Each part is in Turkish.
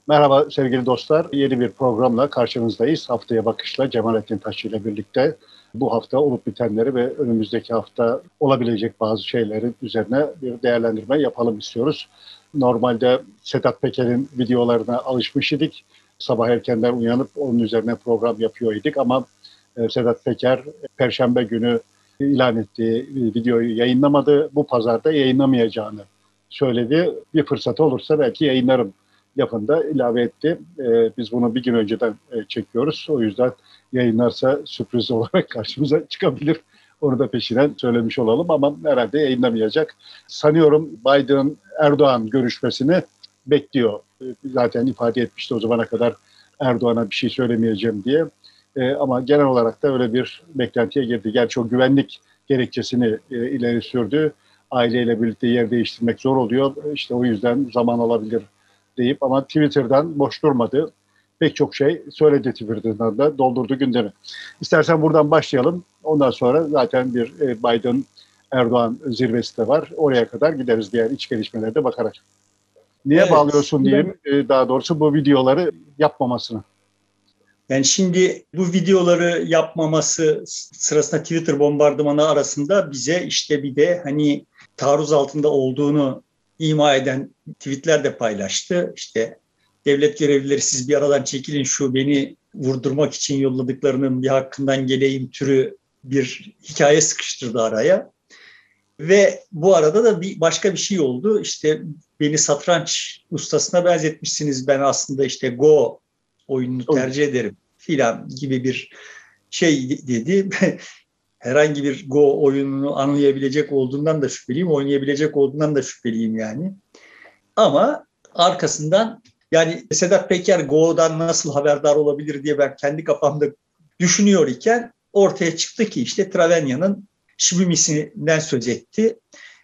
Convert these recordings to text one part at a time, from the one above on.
Merhaba sevgili dostlar. Yeni bir programla karşınızdayız. Haftaya Bakış'la Cemalettin Taşçı ile birlikte bu hafta olup bitenleri ve önümüzdeki hafta olabilecek bazı şeylerin üzerine bir değerlendirme yapalım istiyoruz. Normalde Sedat Peker'in videolarına alışmış idik. Sabah erkenden uyanıp onun üzerine program yapıyor idik ama Sedat Peker Perşembe günü ilan ettiği videoyu yayınlamadı. Bu pazarda yayınlamayacağını söyledi. Bir fırsatı olursa belki yayınlarım lafında ilave etti. Biz bunu bir gün önceden çekiyoruz. O yüzden yayınlarsa sürpriz olarak karşımıza çıkabilir. Onu da peşinen söylemiş olalım ama herhalde yayınlamayacak. Sanıyorum Biden-Erdoğan görüşmesini bekliyor. Zaten ifade etmişti o zamana kadar Erdoğan'a bir şey söylemeyeceğim diye. Ama genel olarak da öyle bir beklentiye girdi. Gerçi o güvenlik gerekçesini ileri sürdü. Aileyle birlikte yer değiştirmek zor oluyor. İşte o yüzden zaman alabilir deyip ama Twitter'dan boş durmadı. Pek çok şey söyledi, Twitter'dan da doldurdu gündemi. İstersen buradan başlayalım. Ondan sonra zaten bir Biden-Erdoğan zirvesi de var. Oraya kadar gideriz diğer iç gelişmelere de bakarak. Niye bağlıyorsun diyeyim, daha doğrusu bu videoları yapmamasını. Yani şimdi bu videoları yapmaması sırasında Twitter bombardımanı arasında bize işte bir de hani taarruz altında olduğunu ima eden tweetler de paylaştı. İşte devlet görevlileri siz bir aradan çekilin, şu beni vurdurmak için yolladıklarının bir hakkından geleyim türü bir hikaye sıkıştırdı araya. Ve bu arada da başka bir şey oldu. İşte beni satranç ustasına benzetmişsiniz. Ben aslında işte Go oyununu tercih ederim filan gibi bir şey dedi. Herhangi bir Go oyununu anlayabilecek olduğundan da şüpheliyim, oynayabilecek olduğundan da şüpheliyim yani. Ama arkasından yani Sedat Peker Go'dan nasıl haberdar olabilir diye ben kendi kafamda düşünüyor iken ortaya çıktı ki işte Travanya'nın Shibumi'sinden söz etti.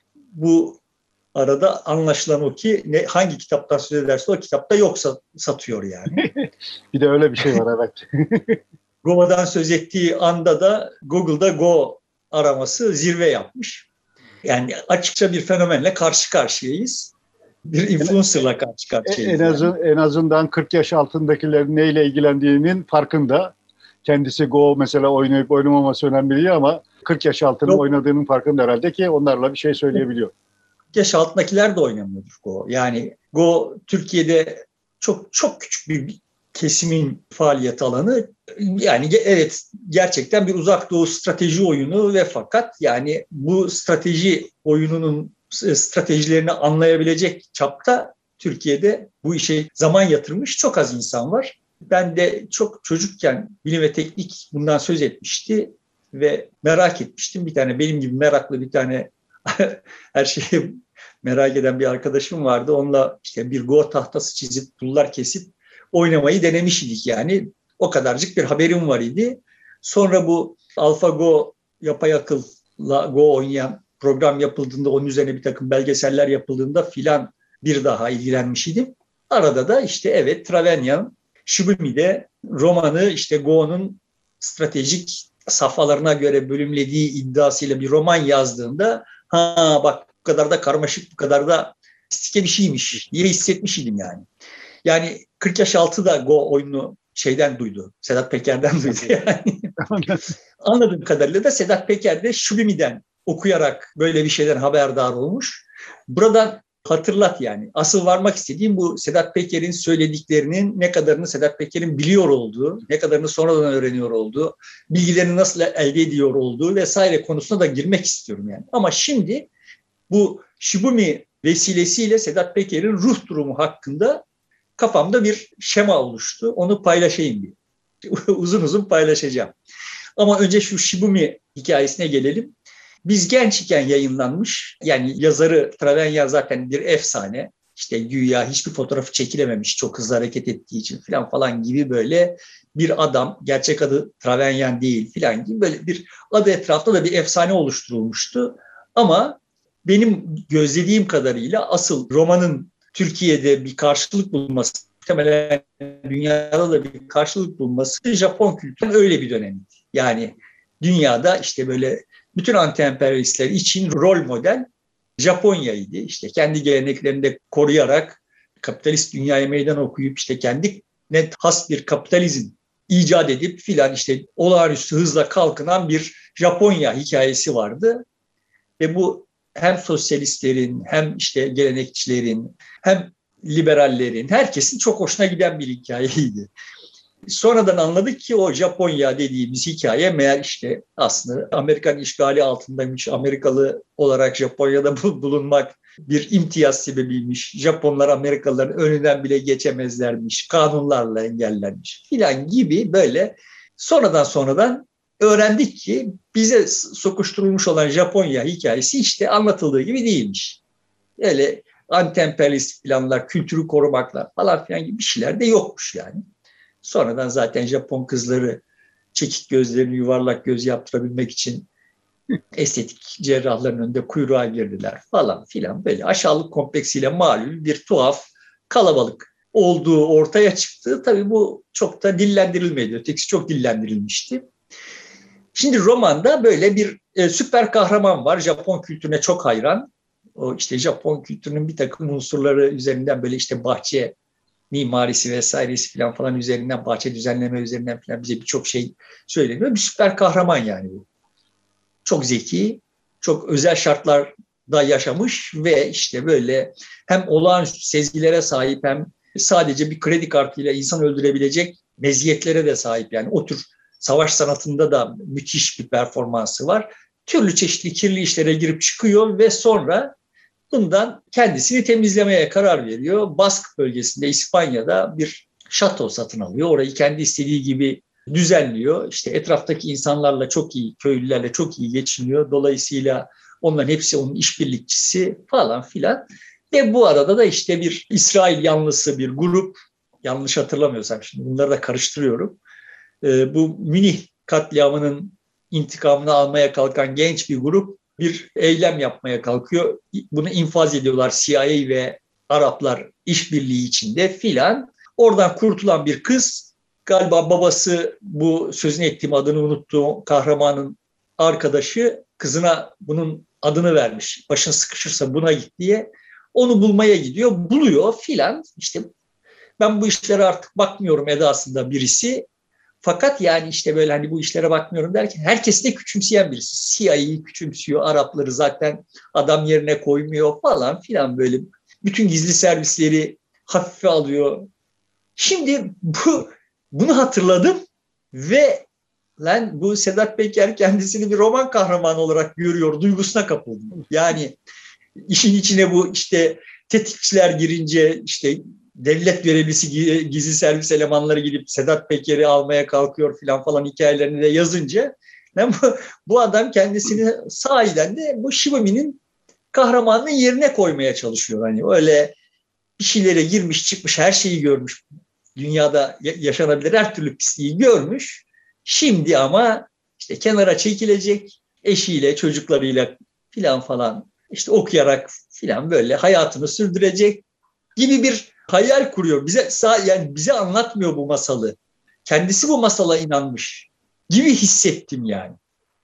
Bu arada anlaşılan o ki hangi kitaptan söz ederse o kitapta yoksa satıyor yani. Bir de öyle bir şey var, evet. Go'dan söz ettiği anda da Google'da Go araması zirve yapmış. Yani açıkça bir fenomenle karşı karşıyayız. Bir influencer'la karşı karşıyayız. En azından 40 yaş altındakilerin neyle ilgilendiğinin farkında. Kendisi Go mesela oynayıp oynamaması önemli değil ama 40 yaş altının oynadığının farkında herhalde ki onlarla bir şey söyleyebiliyor. 40 yaş altındakiler de oynamıyordur Go. Yani Go Türkiye'de çok çok küçük bir kesimin faaliyet alanı. Yani evet, gerçekten bir uzak doğu strateji oyunu ve fakat yani bu strateji oyununun stratejilerini anlayabilecek çapta Türkiye'de bu işe zaman yatırmış çok az insan var. Ben de çok çocukken Bilim ve Teknik bundan söz etmişti ve merak etmiştim. Bir tane benim gibi meraklı bir tane her şeyi merak eden bir arkadaşım vardı. Onunla işte bir Go tahtası çizip pullar kesip oynamayı denemiş idik yani. O kadarcık bir haberim var idi. Sonra bu AlphaGo yapay akılla Go oynayan program yapıldığında, onun üzerine bir takım belgeseller yapıldığında filan bir daha ilgilenmiş idim. Arada da işte evet, Travanya'nın Shibumi'de romanı işte Go'nun stratejik safhalarına göre bölümlediği iddiasıyla bir roman yazdığında bak bu kadar da karmaşık, bu kadar da stike bir şeymiş diye hissetmiş idim yani. Yani 40 yaş altı da Go oyunu şeyden duydu. Sedat Peker'den duydu yani. Anladığım kadarıyla da Sedat Peker de Shibumi'den okuyarak böyle bir şeyden haberdar olmuş. Buradan hatırlat yani. Asıl varmak istediğim bu Sedat Peker'in söylediklerinin ne kadarını Sedat Peker'in biliyor olduğu, ne kadarını sonradan öğreniyor olduğu, bilgilerini nasıl elde ediyor olduğu vesaire konusuna da girmek istiyorum yani. Ama şimdi bu Shibumi vesilesiyle Sedat Peker'in ruh durumu hakkında kafamda bir şema oluştu. Onu paylaşayım bir. Uzun uzun paylaşacağım. Ama önce şu Shibumi hikayesine gelelim. Biz gençken yayınlanmış, yani yazarı Travenya zaten bir efsane. İşte güya hiçbir fotoğrafı çekilememiş çok hızlı hareket ettiği için falan gibi böyle bir adam, gerçek adı Travenyan değil falan gibi böyle bir adı etrafta da bir efsane oluşturulmuştu. Ama benim gözlediğim kadarıyla asıl romanın Türkiye'de bir karşılık bulması, muhtemelen dünyada da bir karşılık bulması Japon kültürünün öyle bir dönemiydi. Yani dünyada işte böyle bütün anti-emperyalistler için rol model Japonya'ydı. İşte kendi geleneklerini de koruyarak kapitalist dünyaya meydan okuyup işte kendine has bir kapitalizm icat edip filan işte olağanüstü hızla kalkınan bir Japonya hikayesi vardı. Ve bu hem sosyalistlerin hem işte gelenekçilerin hem liberallerin herkesin çok hoşuna giden bir hikayeydi. Sonradan anladık ki o Japonya dediğimiz hikaye meğer işte aslında Amerikan işgali altındaymış. Amerikalı olarak Japonya'da bulunmak bir imtiyaz sebebiymiş. Japonlar Amerikalıların önünden bile geçemezlermiş. Kanunlarla engellenmiş filan gibi böyle sonradan öğrendik ki bize sokuşturulmuş olan Japonya hikayesi işte anlatıldığı gibi değilmiş. Öyle anti-emperyalist planlar, kültürü korumaklar falan filan gibi bir şeyler de yokmuş yani. Sonradan zaten Japon kızları çekik gözlerini yuvarlak göz yaptırabilmek için estetik cerrahların önünde kuyruğa girdiler falan filan böyle aşağılık kompleksiyle malum bir tuhaf kalabalık olduğu ortaya çıktı. Tabii bu çok da dillendirilmedi. Ötekisi çok dillendirilmişti. Şimdi romanda böyle bir süper kahraman var. Japon kültürüne çok hayran. O işte Japon kültürünün bir takım unsurları üzerinden böyle işte bahçe mimarisi vesairesi falan üzerinden, bahçe düzenleme üzerinden falan bize birçok şey söyleniyor. Bir süper kahraman yani bu. Çok zeki, çok özel şartlarda yaşamış ve işte böyle hem olağanüstü sezgilere sahip hem sadece bir kredi kartıyla insan öldürebilecek meziyetlere de sahip. Yani o tür savaş sanatında da müthiş bir performansı var. Türlü çeşitli kirli işlere girip çıkıyor ve sonra bundan kendisini temizlemeye karar veriyor. Bask bölgesinde İspanya'da bir şato satın alıyor. Orayı kendi istediği gibi düzenliyor. İşte etraftaki insanlarla çok iyi, köylülerle çok iyi geçiniyor. Dolayısıyla onların hepsi onun işbirlikçisi falan filan. Ve bu arada da işte bir İsrail yanlısı bir grup, yanlış hatırlamıyorsam şimdi bunları da karıştırıyorum. Bu Münih katliamının intikamını almaya kalkan genç bir grup bir eylem yapmaya kalkıyor. Bunu infaz ediyorlar CIA ve Araplar işbirliği içinde filan. Oradan kurtulan bir kız, galiba babası bu sözünü ettiğim adını unuttuğum kahramanın arkadaşı kızına bunun adını vermiş. Başın sıkışırsa buna git diye. Onu bulmaya gidiyor, buluyor filan. İşte ben bu işlere artık bakmıyorum edasında birisi. Fakat yani işte böyle hani bu işlere bakmıyorum derken herkesi de küçümseyen birisi. CIA'yı küçümsüyor, Arapları zaten adam yerine koymuyor falan filan böyle. Bütün gizli servisleri hafife alıyor. Şimdi bunu hatırladım ve lan bu Sedat Peker kendisini bir roman kahramanı olarak görüyor, duygusuna kapıldım. Yani işin içine bu işte tetikçiler girince işte devlet görevlisi gizli servis elemanları gidip Sedat Peker'i almaya kalkıyor falan hikayelerini de yazınca bu adam kendisini sahiden de bu Shibami'nin kahramanının yerine koymaya çalışıyor. Hani öyle bir şeylere girmiş çıkmış her şeyi görmüş. Dünyada yaşanabilir her türlü pisliği görmüş. Şimdi ama işte kenara çekilecek eşiyle çocuklarıyla falan işte okuyarak böyle hayatını sürdürecek gibi bir hayal kuruyor. Yani bize anlatmıyor bu masalı. Kendisi bu masala inanmış gibi hissettim yani.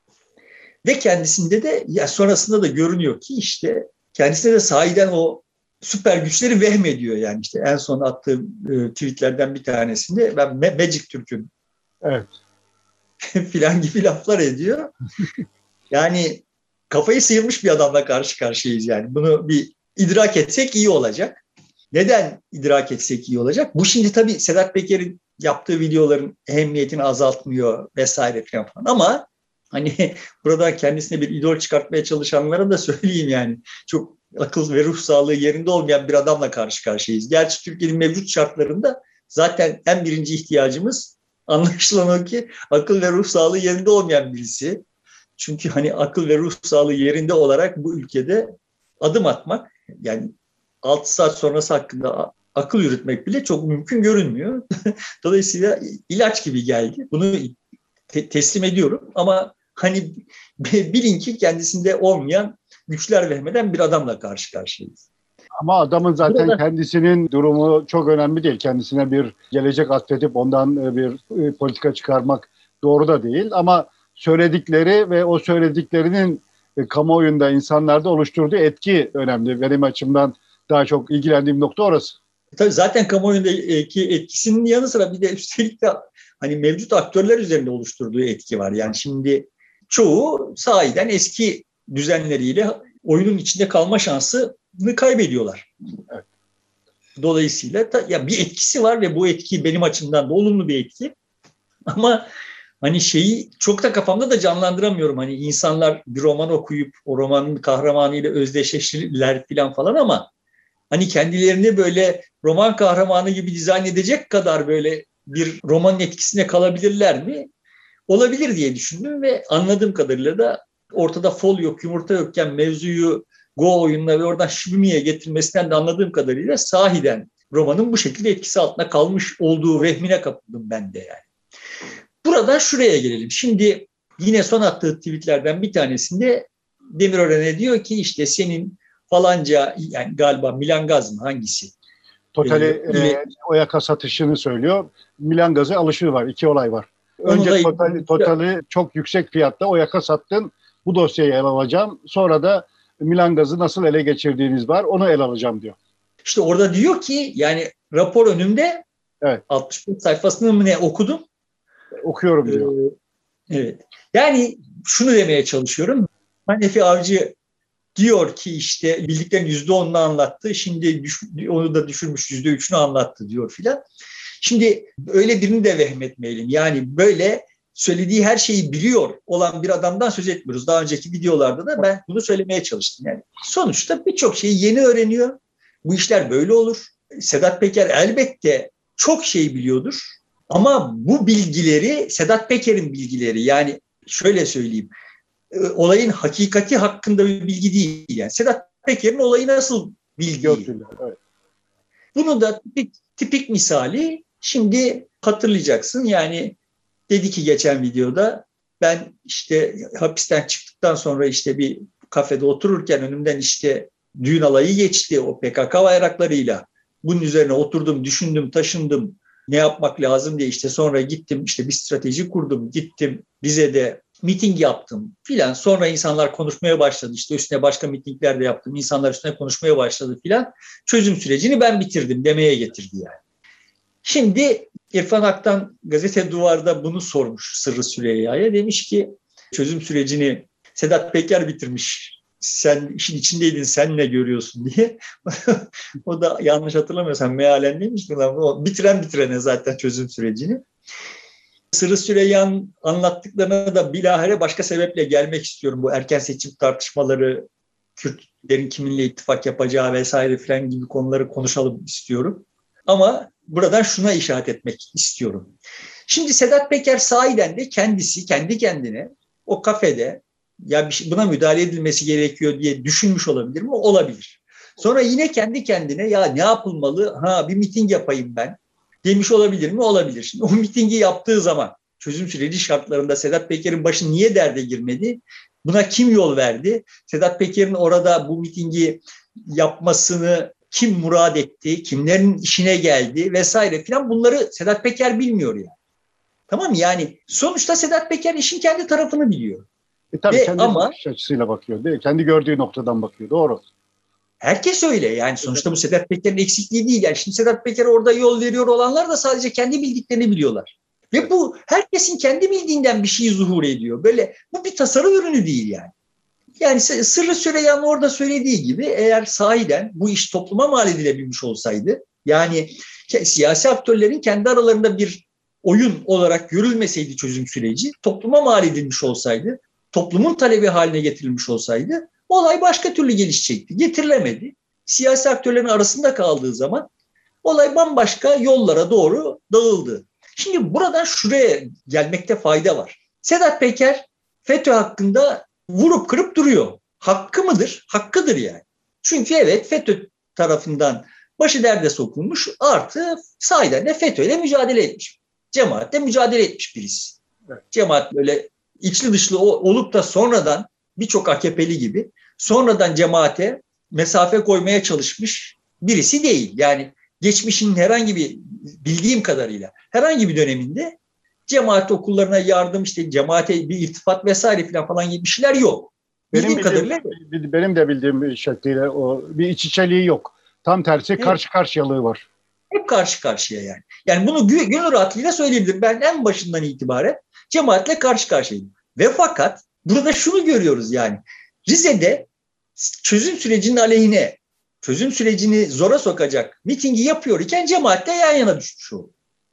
Ve kendisinde de ya sonrasında da görünüyor ki işte kendisine de sahiden o süper güçleri vehmediyor yani işte en son attığım tweetlerden bir tanesinde ben Magic Türk'üm. Evet. filan gibi laflar ediyor. Yani kafayı sıyırmış bir adamla karşı karşıyayız yani. Bunu bir idrak etsek iyi olacak. Neden idrak etsek iyi olacak? Bu şimdi tabii Sedat Peker'in yaptığı videoların ehemmiyetini azaltmıyor vesaire falan. Ama hani burada kendisine bir idol çıkartmaya çalışanlara da söyleyeyim yani. Çok akıl ve ruh sağlığı yerinde olmayan bir adamla karşı karşıyayız. Gerçi Türkiye'nin mevcut şartlarında zaten en birinci ihtiyacımız anlaşılan o ki akıl ve ruh sağlığı yerinde olmayan birisi. Çünkü hani akıl ve ruh sağlığı yerinde olarak bu ülkede adım atmak yani 6 saat sonrası hakkında akıl yürütmek bile çok mümkün görünmüyor. Dolayısıyla ilaç gibi geldi. Bunu teslim ediyorum ama hani bilin ki kendisinde olmayan güçler vehmeden bir adamla karşı karşıyayız. Ama adamın zaten kendisinin durumu çok önemli değil. Kendisine bir gelecek atfedip ondan bir politika çıkarmak doğru da değil. Ama söyledikleri ve o söylediklerinin kamuoyunda, insanlarda oluşturduğu etki önemli. Benim açımdan daha çok ilgilendiğim nokta orası. Tabii zaten kamuoyundaki etkisinin yanı sıra bir de üstelik de hani mevcut aktörler üzerinde oluşturduğu etki var. Yani şimdi çoğu sahiden eski düzenleriyle oyunun içinde kalma şansını kaybediyorlar. Evet. Dolayısıyla ya bir etkisi var ve bu etki benim açımdan da olumlu bir etki. Ama hani şeyi çok da kafamda da canlandıramıyorum. Hani insanlar bir roman okuyup o romanın kahramanıyla özdeşleşirler falan ama hani kendilerini böyle roman kahramanı gibi dizayn edecek kadar böyle bir romanın etkisine kalabilirler mi? Olabilir diye düşündüm ve anladığım kadarıyla da ortada fol yok, yumurta yokken mevzuyu Go oyununa ve oradan Shibumi'ye getirmesinden de anladığım kadarıyla sahiden romanın bu şekilde etkisi altında kalmış olduğu vehmine kapıldım ben de yani. Buradan şuraya gelelim. Şimdi yine son attığı tweetlerden bir tanesinde Demirören'e diyor ki işte senin falanca yani galiba Milan Gaz mı hangisi? Totali Oyaka satışını söylüyor. Milan Gaz'ı alışı var. 2 olay var. Önce totali çok yüksek fiyatta Oyaka sattın. Bu dosyayı ele alacağım. Sonra da Milan Gaz'ı nasıl ele geçirdiğiniz var. Onu ele alacağım diyor. İşte orada diyor ki yani rapor önümde. Evet. 65 sayfasını mı ne okudum? Okuyorum diyor. Evet. Yani şunu demeye çalışıyorum. Hanefi Avcı diyor ki işte bildiklerin %10'unu anlattı. Şimdi onu da düşürmüş %3'ünü anlattı diyor filan. Şimdi öyle birini de vehmetmeyelim. Yani böyle söylediği her şeyi biliyor olan bir adamdan söz etmiyoruz. Daha önceki videolarda da ben bunu söylemeye çalıştım. Yani sonuçta birçok şeyi yeni öğreniyor. Bu işler böyle olur. Sedat Peker elbette çok şey biliyordur. Ama bu bilgileri Sedat Peker'in bilgileri yani şöyle söyleyeyim. Olayın hakikati hakkında bir bilgi değil. Yani Sedat Peker'in olayı nasıl bildiği. Evet. Bunu da tipik misali şimdi hatırlayacaksın. Yani dedi ki geçen videoda ben işte hapisten çıktıktan sonra işte bir kafede otururken önümden işte düğün alayı geçti o PKK bayraklarıyla. Bunun üzerine oturdum, düşündüm, taşındım. Ne yapmak lazım diye işte sonra gittim işte bir strateji kurdum. Gittim Rize'de miting yaptım filan. Sonra insanlar konuşmaya başladı. İşte üstüne başka mitingler de yaptım. İnsanlar üstüne konuşmaya başladı filan. Çözüm sürecini ben bitirdim demeye getirdi yani. Şimdi İrfan Aktan Gazete Duvar'da bunu sormuş Sırrı Süreyya'ya. Demiş ki çözüm sürecini Sedat Peker bitirmiş. Sen işin içindeydin, sen ne görüyorsun diye. O da yanlış hatırlamıyorsam mealen demiş mi? O bitiren bitirene zaten çözüm sürecini. Sırrı Süreyya'nın anlattıklarına da bilahare başka sebeple gelmek istiyorum. Bu erken seçim tartışmaları, Kürtlerin kiminle ittifak yapacağı vesaire filan gibi konuları konuşalım istiyorum. Ama buradan şuna işaret etmek istiyorum. Şimdi Sedat Peker sahiden de kendisi kendi kendine o kafede ya buna müdahale edilmesi gerekiyor diye düşünmüş olabilir mi? Olabilir. Sonra yine kendi kendine ya ne yapılmalı? Bir miting yapayım ben demiş olabilir mi? Olabilir. Şimdi o mitingi yaptığı zaman çözüm süreci şartlarında Sedat Peker'in başı niye derde girmedi? Buna kim yol verdi? Sedat Peker'in orada bu mitingi yapmasını kim murad etti? Kimlerin işine geldi? Vesaire filan bunları Sedat Peker bilmiyor yani. Tamam mı? Yani sonuçta Sedat Peker işin kendi tarafını biliyor. Tabii kendi bakış açısıyla bakıyor değil mi? Kendi gördüğü noktadan bakıyor. Doğru. Herkes öyle yani sonuçta bu Sedat Peker'in eksikliği değil. Yani şimdi Sedat Peker orada yol veriyor olanlar da sadece kendi bildiklerini biliyorlar. Ve bu herkesin kendi bildiğinden bir şey zuhur ediyor. Böyle bu bir tasarım ürünü değil yani. Yani Sırrı Süreyya'nın orada söylediği gibi eğer sahiden bu iş topluma mal edilebilmiş olsaydı yani siyasi aktörlerin kendi aralarında bir oyun olarak görülmeseydi çözüm süreci topluma mal edilmiş olsaydı toplumun talebi haline getirilmiş olsaydı olay başka türlü gelişecekti. Getirilemedi. Siyasi aktörlerin arasında kaldığı zaman olay bambaşka yollara doğru dağıldı. Şimdi buradan şuraya gelmekte fayda var. Sedat Peker FETÖ hakkında vurup kırıp duruyor. Hakkı mıdır? Hakkıdır yani. Çünkü evet FETÖ tarafından başı derde sokulmuş artı sahiden de FETÖ'yle mücadele etmiş. Cemaatle mücadele etmiş birisi. Evet. Cemaat böyle içli dışlı olup da sonradan birçok AKP'li gibi sonradan cemaate mesafe koymaya çalışmış birisi değil. Yani geçmişin herhangi bir bildiğim kadarıyla herhangi bir döneminde cemaat okullarına yardım işte cemaate bir iltifat vesaire falan gibi bir şeyler yok. Benim de bildiğim şekliyle o bir iç içeliği yok. Tam tersi karşı karşıyalığı var. hep karşı karşıya yani. Yani bunu gönül rahatlığıyla söyleyebilirim. Ben en başından itibaren cemaatle karşı karşıyayım. Ve fakat burada şunu görüyoruz yani. Rize'de çözüm sürecinin aleyhine, çözüm sürecini zora sokacak mitingi yapıyor iken cemaatle yan yana düşmüş oldu.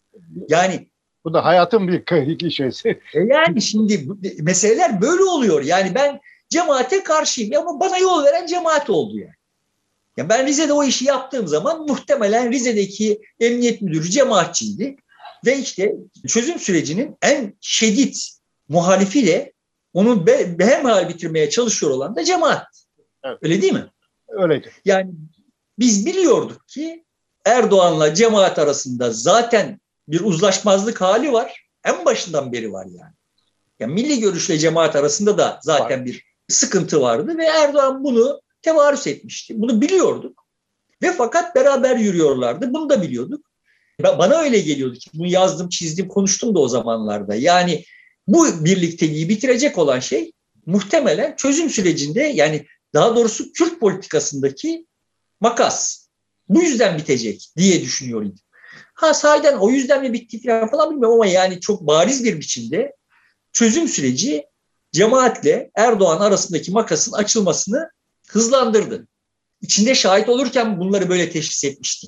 Yani bu da hayatın bir şeysi. Yani şimdi meseleler böyle oluyor. Yani ben cemaate karşıyım ama bana yol veren cemaat oldu yani. Ya ben Rize'de o işi yaptığım zaman muhtemelen Rize'deki emniyet müdürü cemaatçiydi. Ve işte çözüm sürecinin en şiddet muhalifiyle onu behemhal bitirmeye çalışıyor olan da cemaat. Evet. Öyle değil mi? Öyleydi. Yani biz biliyorduk ki Erdoğan'la cemaat arasında zaten bir uzlaşmazlık hali var. En başından beri var yani. Yani milli görüşle cemaat arasında da zaten bir sıkıntı vardı ve Erdoğan bunu tevarüs etmişti. Bunu biliyorduk. Ve fakat beraber yürüyorlardı. Bunu da biliyorduk. Bana öyle geliyordu ki bunu yazdım, çizdim, konuştum da o zamanlarda. Yani bu birlikteliği bitirecek olan şey muhtemelen çözüm sürecinde, yani daha doğrusu Kürt politikasındaki makas. Bu yüzden bitecek diye düşünüyorum. Sahiden o yüzden mi bitti falan bilmiyorum ama yani çok bariz bir biçimde çözüm süreci cemaatle Erdoğan arasındaki makasın açılmasını hızlandırdı. İçinde şahit olurken bunları böyle teşhis etmiştik.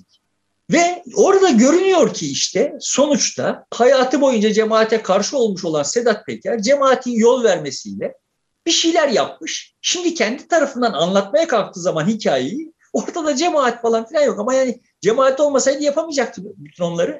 Ve orada görünüyor ki işte sonuçta hayatı boyunca cemaate karşı olmuş olan Sedat Peker cemaatin yol vermesiyle bir şeyler yapmış. Şimdi kendi tarafından anlatmaya kalktığı zaman hikayeyi ortada cemaat falan filan yok ama yani cemaat olmasaydı yapamayacaktı bütün onları.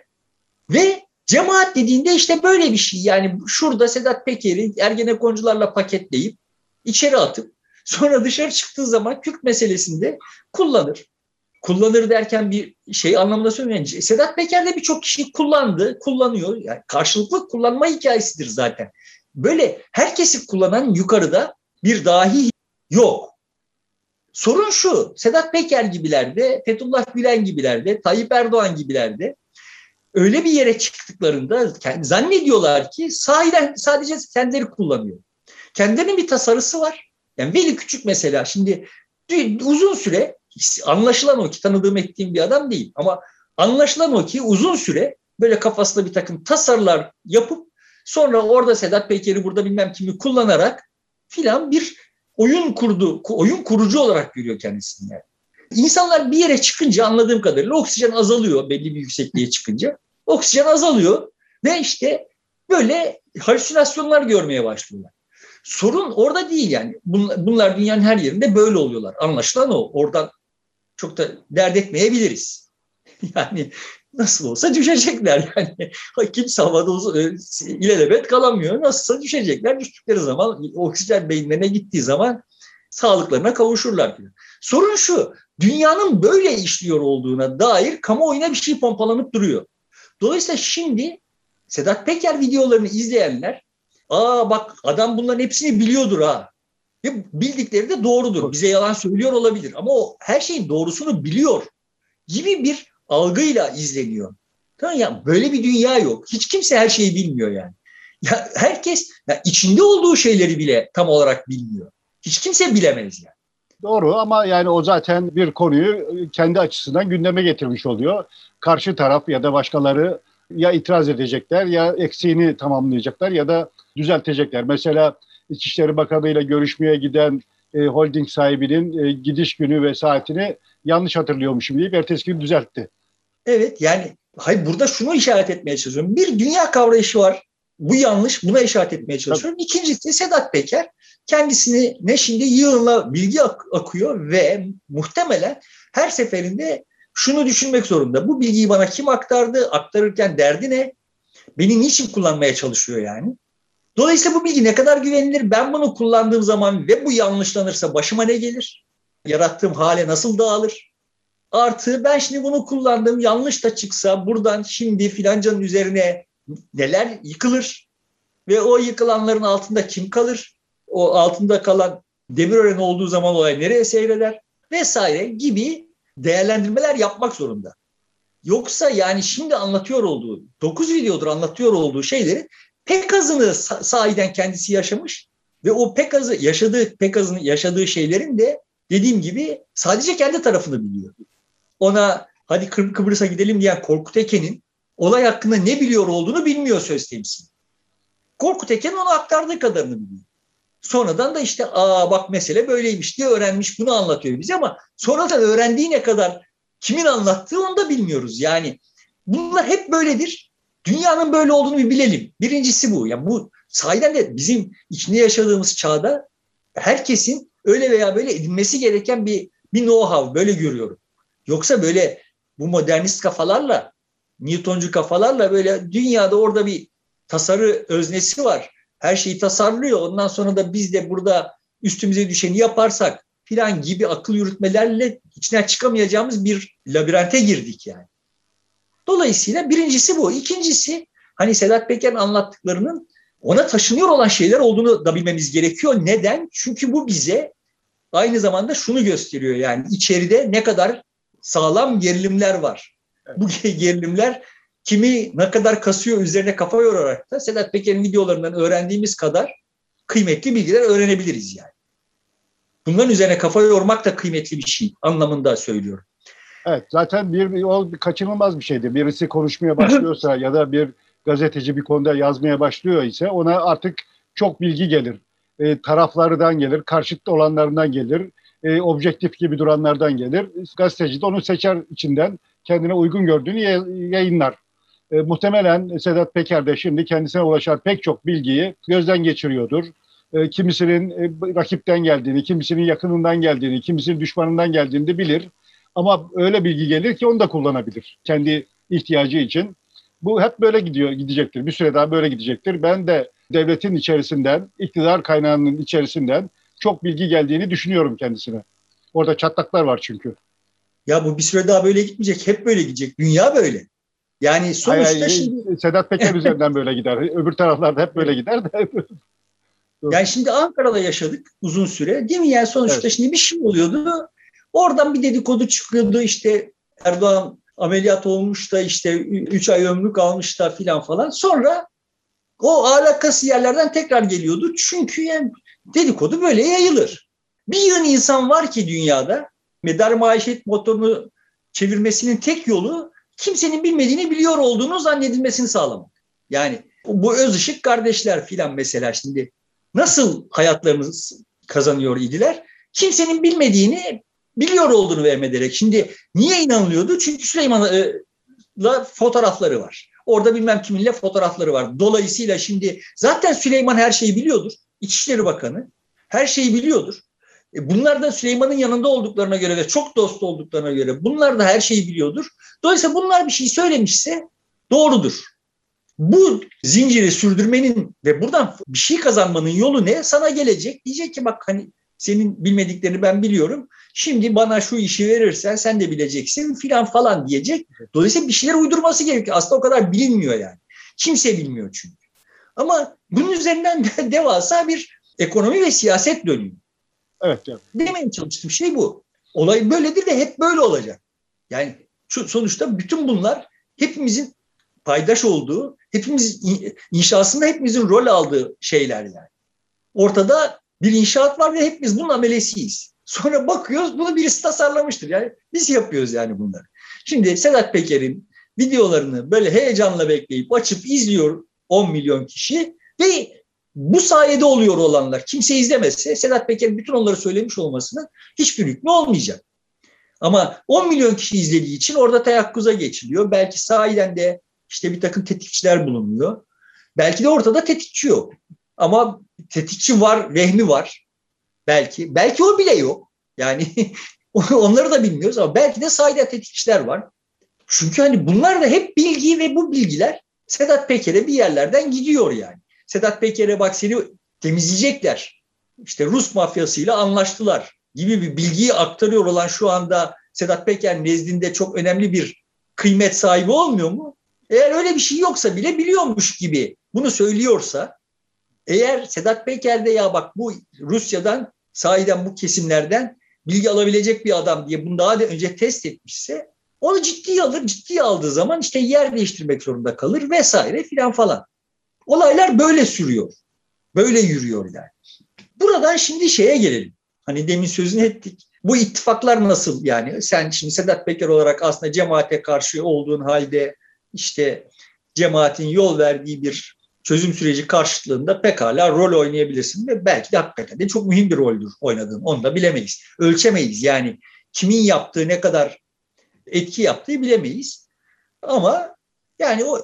Ve cemaat dediğinde işte böyle bir şey. Yani şurada Sedat Peker'i Ergenekoncularla paketleyip içeri atıp sonra dışarı çıktığı zaman Kürt meselesinde kullanır. Kullanır derken bir şey anlamında söylemiyorum. Sedat Peker de birçok kişiyi kullandı, kullanıyor. Yani karşılıklı kullanma hikayesidir zaten. Böyle herkesi kullanan yukarıda bir dahi yok. Sorun şu, Sedat Peker gibilerde, Fethullah Gülen gibilerde, Tayyip Erdoğan gibilerde öyle bir yere çıktıklarında zannediyorlar ki sahiden sadece kendileri kullanıyor. Kendilerinin bir tasarısı var. Yani Veli Küçük mesela şimdi uzun süre anlaşılan o ki tanıdığım ettiğim bir adam değil ama anlaşılan o ki uzun süre böyle kafasında bir takım tasarılar yapıp sonra orada Sedat Peker'i burada bilmem kimi kullanarak filan bir oyun kurdu. Oyun kurucu olarak görüyor kendisini yani. İnsanlar bir yere çıkınca anladığım kadarıyla oksijen azalıyor belli bir yüksekliğe çıkınca. Oksijen azalıyor ve işte böyle halüsinasyonlar görmeye başlıyorlar. Sorun orada değil yani. Bunlar dünyanın her yerinde böyle oluyorlar. Anlaşılan o. Oradan çok da dert etmeyebiliriz. Yani nasıl olsa düşecekler. Yani kimse havada ilelebet kalamıyor. Nasılsa düşecekler. Düştükleri zaman oksijen beyinlerine gittiği zaman sağlıklarına kavuşurlar. Sorun şu. Dünyanın böyle işliyor olduğuna dair kamuoyuna bir şey pompalanıp duruyor. Dolayısıyla şimdi Sedat Peker videolarını izleyenler bak adam bunların hepsini biliyordur ha. Ve bildikleri de doğrudur. Bize yalan söylüyor olabilir ama o her şeyin doğrusunu biliyor gibi bir algıyla izleniyor. Tamam ya, böyle bir dünya yok. Hiç kimse her şeyi bilmiyor yani. Ya herkes içinde olduğu şeyleri bile tam olarak bilmiyor. Hiç kimse bilemez yani. Doğru ama yani o zaten bir konuyu kendi açısından gündeme getirmiş oluyor. Karşı taraf ya da başkaları ya itiraz edecekler ya eksiğini tamamlayacaklar ya da düzeltecekler. Mesela İçişleri Bakanı ile görüşmeye giden holding sahibinin gidiş günü ve saatini yanlış hatırlıyormuşum deyip ertesi gün düzeltti. Evet yani hayır, burada şunu işaret etmeye çalışıyorum. Bir dünya kavrayışı var. Bu yanlış. Buna işaret etmeye çalışıyorum. İkincisi Sedat Peker kendisini ne şimdi yığınla bilgi akıyor ve muhtemelen her seferinde şunu düşünmek zorunda. Bu bilgiyi bana kim aktardı? Aktarırken derdi ne? Beni niçin kullanmaya çalışıyor yani? Dolayısıyla bu bilgi ne kadar güvenilir? Ben bunu kullandığım zaman ve bu yanlışlanırsa başıma ne gelir? Yarattığım hale nasıl dağılır? Artı ben şimdi bunu kullandım, yanlış da çıksa buradan şimdi filancanın üzerine neler yıkılır? Ve o yıkılanların altında kim kalır? O altında kalan Demirören olduğu zaman olay nereye seyreder? Vesaire gibi değerlendirmeler yapmak zorunda. Yoksa yani şimdi anlatıyor olduğu, 9 videodur anlatıyor olduğu şeyleri pek azını sahiden kendisi yaşamış ve o pek azın yaşadığı şeylerin de dediğim gibi sadece kendi tarafını biliyor. Ona hadi Kıbrıs'a gidelim diyen Korkut Eken'in olay hakkında ne biliyor olduğunu bilmiyor söz temsil. Korkut Eken onu aktardığı kadarını biliyor. Sonradan da işte bak mesele böyleymiş diye öğrenmiş, bunu anlatıyor bize, ama sonradan öğrendiği ne kadar, kimin anlattığı onu da bilmiyoruz. Yani bunlar hep böyledir. Dünyanın böyle olduğunu bir bilelim. Birincisi bu. Yani bu sahiden de bizim içinde yaşadığımız çağda herkesin öyle veya böyle edinmesi gereken bir know-how, böyle görüyorum. Yoksa böyle bu modernist kafalarla, Newtoncu kafalarla böyle dünyada orada bir tasarı öznesi var. Her şeyi tasarlıyor. Ondan sonra da biz de burada üstümüze düşeni yaparsak filan gibi akıl yürütmelerle içinden çıkamayacağımız bir labirente girdik yani. Dolayısıyla birincisi bu. İkincisi, hani Sedat Peker'in anlattıklarının ona taşınıyor olan şeyler olduğunu da bilmemiz gerekiyor. Neden? Çünkü bu bize aynı zamanda şunu gösteriyor, yani içeride ne kadar sağlam gerilimler var. Evet. Bu gerilimler kimi ne kadar kasıyor üzerine kafa yorarak da Sedat Peker'in videolarından öğrendiğimiz kadar kıymetli bilgiler öğrenebiliriz yani. Bunların üzerine kafa yormak da kıymetli bir şey anlamında söylüyorum. Evet, zaten o kaçınılmaz bir şeydir. Birisi konuşmaya başlıyorsa ya da bir gazeteci bir konuda yazmaya başlıyor ise ona artık çok bilgi gelir. Taraflardan gelir, karşıt olanlarından gelir, objektif gibi duranlardan gelir. Gazeteci de onu seçer, içinden kendine uygun gördüğünü yayınlar. Muhtemelen Sedat Peker de şimdi kendisine ulaşan pek çok bilgiyi gözden geçiriyordur. Kimisinin rakipten geldiğini, kimisinin yakınından geldiğini, kimisinin düşmanından geldiğini de bilir. Ama öyle bilgi gelir ki onu da kullanabilir kendi ihtiyacı için. Bu hep böyle gidecektir. Bir süre daha böyle gidecektir. Ben de devletin içerisinden, iktidar kaynağının içerisinden çok bilgi geldiğini düşünüyorum kendisine. Orada çatlaklar var çünkü. Ya bu bir süre daha böyle gitmeyecek. Hep böyle gidecek. Dünya böyle. Yani sonuçta şimdi... Sedat Peker üzerinden böyle gider. Öbür taraflarda hep böyle gider de. Yani şimdi Ankara'da yaşadık uzun süre. Değil mi? Yani sonuçta evet. Şimdi bir şey oluyordu. Oradan bir dedikodu çıkıyordu. İşte Erdoğan ameliyat olmuş da işte 3 ay ömrü kalmış da filan falan. Sonra o alakası yerlerden tekrar geliyordu. Çünkü yani dedikodu böyle yayılır. Bir yığın insan var ki dünyada medar maişet motorunu çevirmesinin tek yolu kimsenin bilmediğini biliyor olduğunu zannedilmesini sağlamak. Yani bu Özışık kardeşler filan mesela şimdi nasıl hayatlarını kazanıyor idiler? Kimsenin bilmediğini biliyor olduğunu vehmederek. Şimdi niye inanılıyordu? Çünkü Süleyman'la fotoğrafları var. Orada bilmem kiminle fotoğrafları var. Dolayısıyla şimdi zaten Süleyman her şeyi biliyordur. İçişleri Bakanı her şeyi biliyordur. Bunlar da Süleyman'ın yanında olduklarına göre ve çok dost olduklarına göre bunlar da her şeyi biliyordur. Dolayısıyla bunlar bir şey söylemişse doğrudur. Bu zinciri sürdürmenin ve buradan bir şey kazanmanın yolu ne? Sana gelecek. Diyecek ki bak hani senin bilmediklerini ben biliyorum. Şimdi bana şu işi verirsen sen de bileceksin filan falan diyecek. Dolayısıyla bir şeyler uydurması gerekiyor. Aslında o kadar bilinmiyor yani. Kimse bilmiyor çünkü. Ama bunun üzerinden de devasa bir ekonomi ve siyaset dönüyor. Evet. Evet. Demeye çalıştığım şey bu. Olay böyledir ve hep böyle olacak. Yani sonuçta bütün bunlar hepimizin paydaş olduğu, hepimiz inşasında hepimizin rol aldığı şeyler yani. Ortada bir inşaat var ve hepimiz bunun amelesiyiz. Sonra bakıyoruz bunu birisi tasarlamıştır. Yani biz yapıyoruz yani bunları. Şimdi Sedat Peker'in videolarını böyle heyecanla bekleyip açıp izliyor 10 milyon kişi ve bu sayede oluyor olanlar. Kimse izlemese Sedat Peker'in bütün onları söylemiş olmasının hiçbir hükmü olmayacak. Ama 10 milyon kişi izlediği için orada teyakkuza geçiliyor. Belki sahiden de işte bir takım tetikçiler bulunuyor. Belki de ortada tetikçi yok. Ama tetikçi var, vehmi var. Belki. Belki o bile yok. Yani onları da bilmiyoruz ama belki de sahiden tetikçiler var. Çünkü hani bunlar da hep bilgi ve bu bilgiler Sedat Peker'e bir yerlerden gidiyor yani. Sedat Peker'e bak seni temizleyecekler. İşte Rus mafyasıyla anlaştılar gibi bir bilgiyi aktarıyor olan şu anda Sedat Peker nezdinde çok önemli bir kıymet sahibi olmuyor mu? Eğer öyle bir şey yoksa bile biliyormuş gibi bunu söylüyorsa, eğer Sedat Peker de ya bak bu Rusya'dan sahiden bu kesimlerden bilgi alabilecek bir adam diye bunu daha da önce test etmişse onu ciddiye alır. Ciddiye aldığı zaman işte yer değiştirmek zorunda kalır vesaire filan falan. Olaylar böyle sürüyor. Böyle yürüyor yani. Buradan şimdi şeye gelelim. Hani demin sözünü ettik. Bu ittifaklar nasıl yani? Sen şimdi Sedat Peker olarak aslında cemaate karşı olduğun halde işte cemaatin yol verdiği bir çözüm süreci karşıtlığında pekala rol oynayabilirsin ve belki de hakikaten de çok mühim bir roldür oynadığın. Onu da bilemeyiz. Ölçemeyiz. Yani kimin yaptığı, ne kadar etki yaptığı bilemeyiz. Ama yani o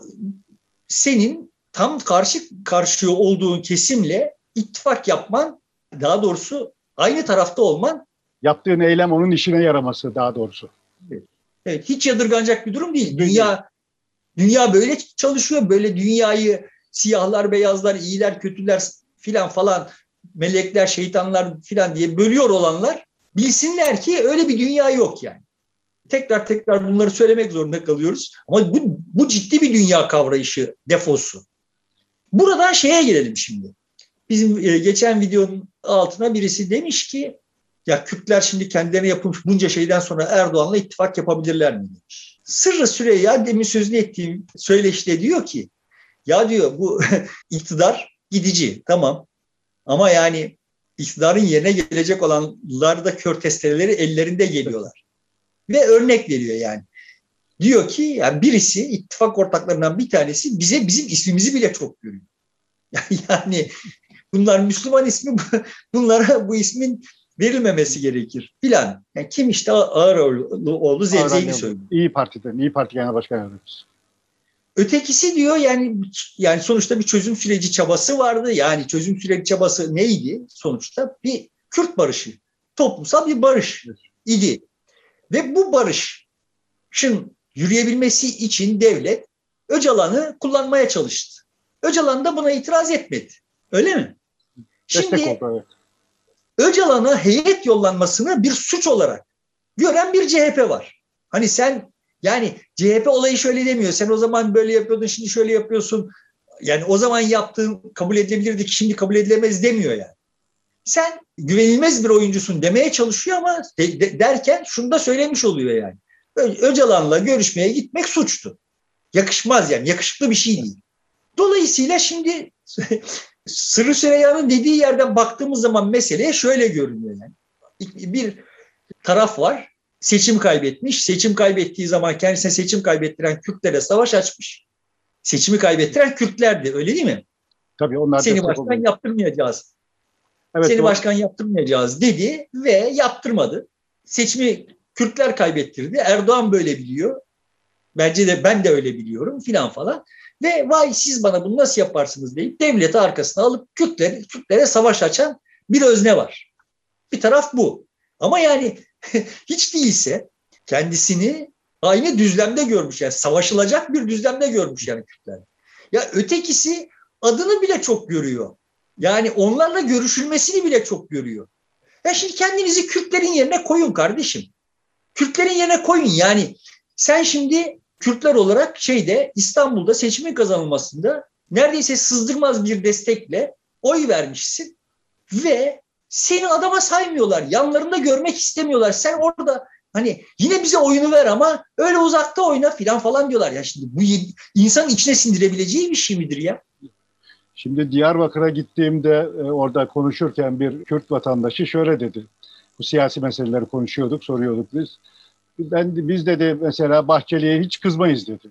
senin tam karşı olduğun kesimle ittifak yapman, daha doğrusu aynı tarafta olman, yaptığın eylem onun işine yaraması daha doğrusu. evet, hiç yadırganacak bir durum değil. Dünya böyle çalışıyor. Böyle dünyayı siyahlar, beyazlar, iyiler, kötüler filan falan, melekler, şeytanlar filan diye bölüyor olanlar bilsinler ki öyle bir dünya yok yani. Tekrar tekrar bunları söylemek zorunda kalıyoruz. Ama bu ciddi bir dünya kavrayışı defosu. Buradan şeye gelelim şimdi. Bizim geçen videonun altına birisi demiş ki ya Kürtler şimdi kendilerine yapılmış bunca şeyden sonra Erdoğan'la ittifak yapabilirler mi demiş. Sırrı Süreyya demin sözünü ettiğim söyleşte diyor ki ya diyor bu iktidar gidici tamam ama yani iktidarın yerine gelecek olanlar da kör testereleri ellerinde geliyorlar. Ve örnek veriyor yani. Diyor ki yani birisi ittifak ortaklarından bir tanesi bizim ismimizi bile çok görüyor. Yani bunlar Müslüman ismi, bunlara bu ismin verilmemesi gerekir filan. Yani kim işte Ağıroğlu zevzeğini söylüyor. İyi Parti'den, İyi Parti Genel Başkan Yardımcısı. Ötekisi diyor yani sonuçta bir çözüm süreci çabası vardı. Yani çözüm süreci çabası neydi? Sonuçta bir Kürt barışı, toplumsal bir barış idi. Ve bu barışın yürüyebilmesi için devlet Öcalan'ı kullanmaya çalıştı. Öcalan da buna itiraz etmedi. Öyle mi? Şimdi oldu, evet. Öcalan'a heyet yollanmasını bir suç olarak gören bir CHP var. Hani sen yani CHP olayı şöyle demiyor. Sen o zaman böyle yapıyordun, şimdi şöyle yapıyorsun. Yani o zaman yaptığın kabul edilebilirdi ki şimdi kabul edilemez demiyor yani. Sen güvenilmez bir oyuncusun demeye çalışıyor ama derken şunu da söylemiş oluyor yani. Öcalan'la görüşmeye gitmek suçtu. Yakışmaz yani, yakışıklı bir şey değil. Dolayısıyla şimdi Sırrı Süreyya'nın dediği yerden baktığımız zaman meseleye şöyle görünüyor yani. Bir taraf var, seçim kaybetmiş. Seçim kaybettiği zaman kendisine seçim kaybettiren Kürtlere savaş açmış. Seçimi kaybettiren Kürtlerdi, öyle değil mi? Tabii onlar seni başkan yaptırmayacağız. Evet, seni başkan yaptırmayacağız dedi ve yaptırmadı. Seçimi Kürtler kaybettirdi. Erdoğan böyle biliyor. Bence de ben de öyle biliyorum filan falan. Ve vay siz bana bunu nasıl yaparsınız deyip devleti arkasına alıp Kürtlere savaş açan bir özne var. Bir taraf bu. Ama yani hiç değilse kendisini aynı düzlemde görmüş. Yani savaşılacak bir düzlemde görmüş yani Kürtler. Ya ötekisi adını bile çok görüyor. Yani onlarla görüşülmesini bile çok görüyor. Ya şimdi kendinizi Kürtlerin yerine koyun kardeşim. Kürtlerin yerine koyun yani. Sen şimdi Kürtler olarak İstanbul'da seçimin kazanılmasında neredeyse sızdırmaz bir destekle oy vermişsin ve seni adama saymıyorlar. Yanlarında görmek istemiyorlar. Sen orada hani yine bize oyunu ver ama öyle uzakta oyna falan diyorlar. Ya şimdi bu insanın içine sindirebileceği bir şey midir ya? Şimdi Diyarbakır'a gittiğimde orada konuşurken bir Kürt vatandaşı şöyle dedi. Bu siyasi meseleleri konuşuyorduk, soruyorduk biz. Biz dedi mesela Bahçeli'ye hiç kızmayız dedi.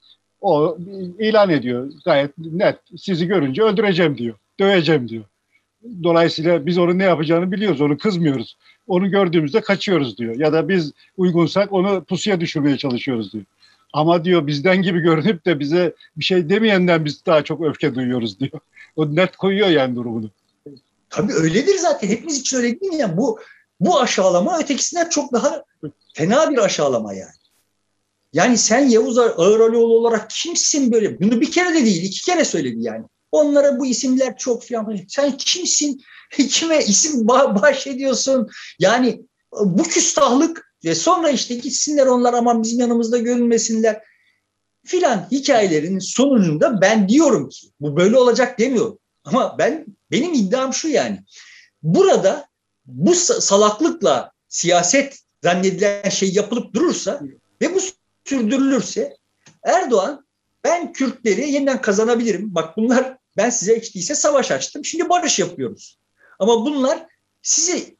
O ilan ediyor gayet net. Sizi görünce öldüreceğim diyor, döveceğim diyor. Dolayısıyla biz onun ne yapacağını biliyoruz, onu kızmıyoruz. Onu gördüğümüzde kaçıyoruz diyor. Ya da biz uygunsak onu pusuya düşürmeye çalışıyoruz diyor. Ama diyor bizden gibi görünüp de bize bir şey demeyenden biz daha çok öfke duyuyoruz diyor. O net koyuyor yani durumunu. Tabii öyledir zaten. Hepimiz için öyle değil mi? Yani bu aşağılama ötekisinden çok daha fena bir aşağılama yani. Yani sen Yavuz Ağıroğlu olarak kimsin böyle? Bunu bir kere de değil, 2 kere söyledi yani. Onlara bu isimler çok falan. Sen kimsin? Kime isim bahşediyorsun? Yani bu küstahlık ve sonra işte gitsinler onlar aman bizim yanımızda görünmesinler filan hikayelerinin sonucunda ben diyorum ki bu böyle olacak demiyorum. Ama benim iddiam şu yani. Burada bu salaklıkla siyaset zannedilen şey yapılıp durursa ve bu sürdürülürse Erdoğan ben Kürtleri yeniden kazanabilirim. Bak bunlar ben size hiç değilse savaş açtım. Şimdi barış yapıyoruz. Ama bunlar sizi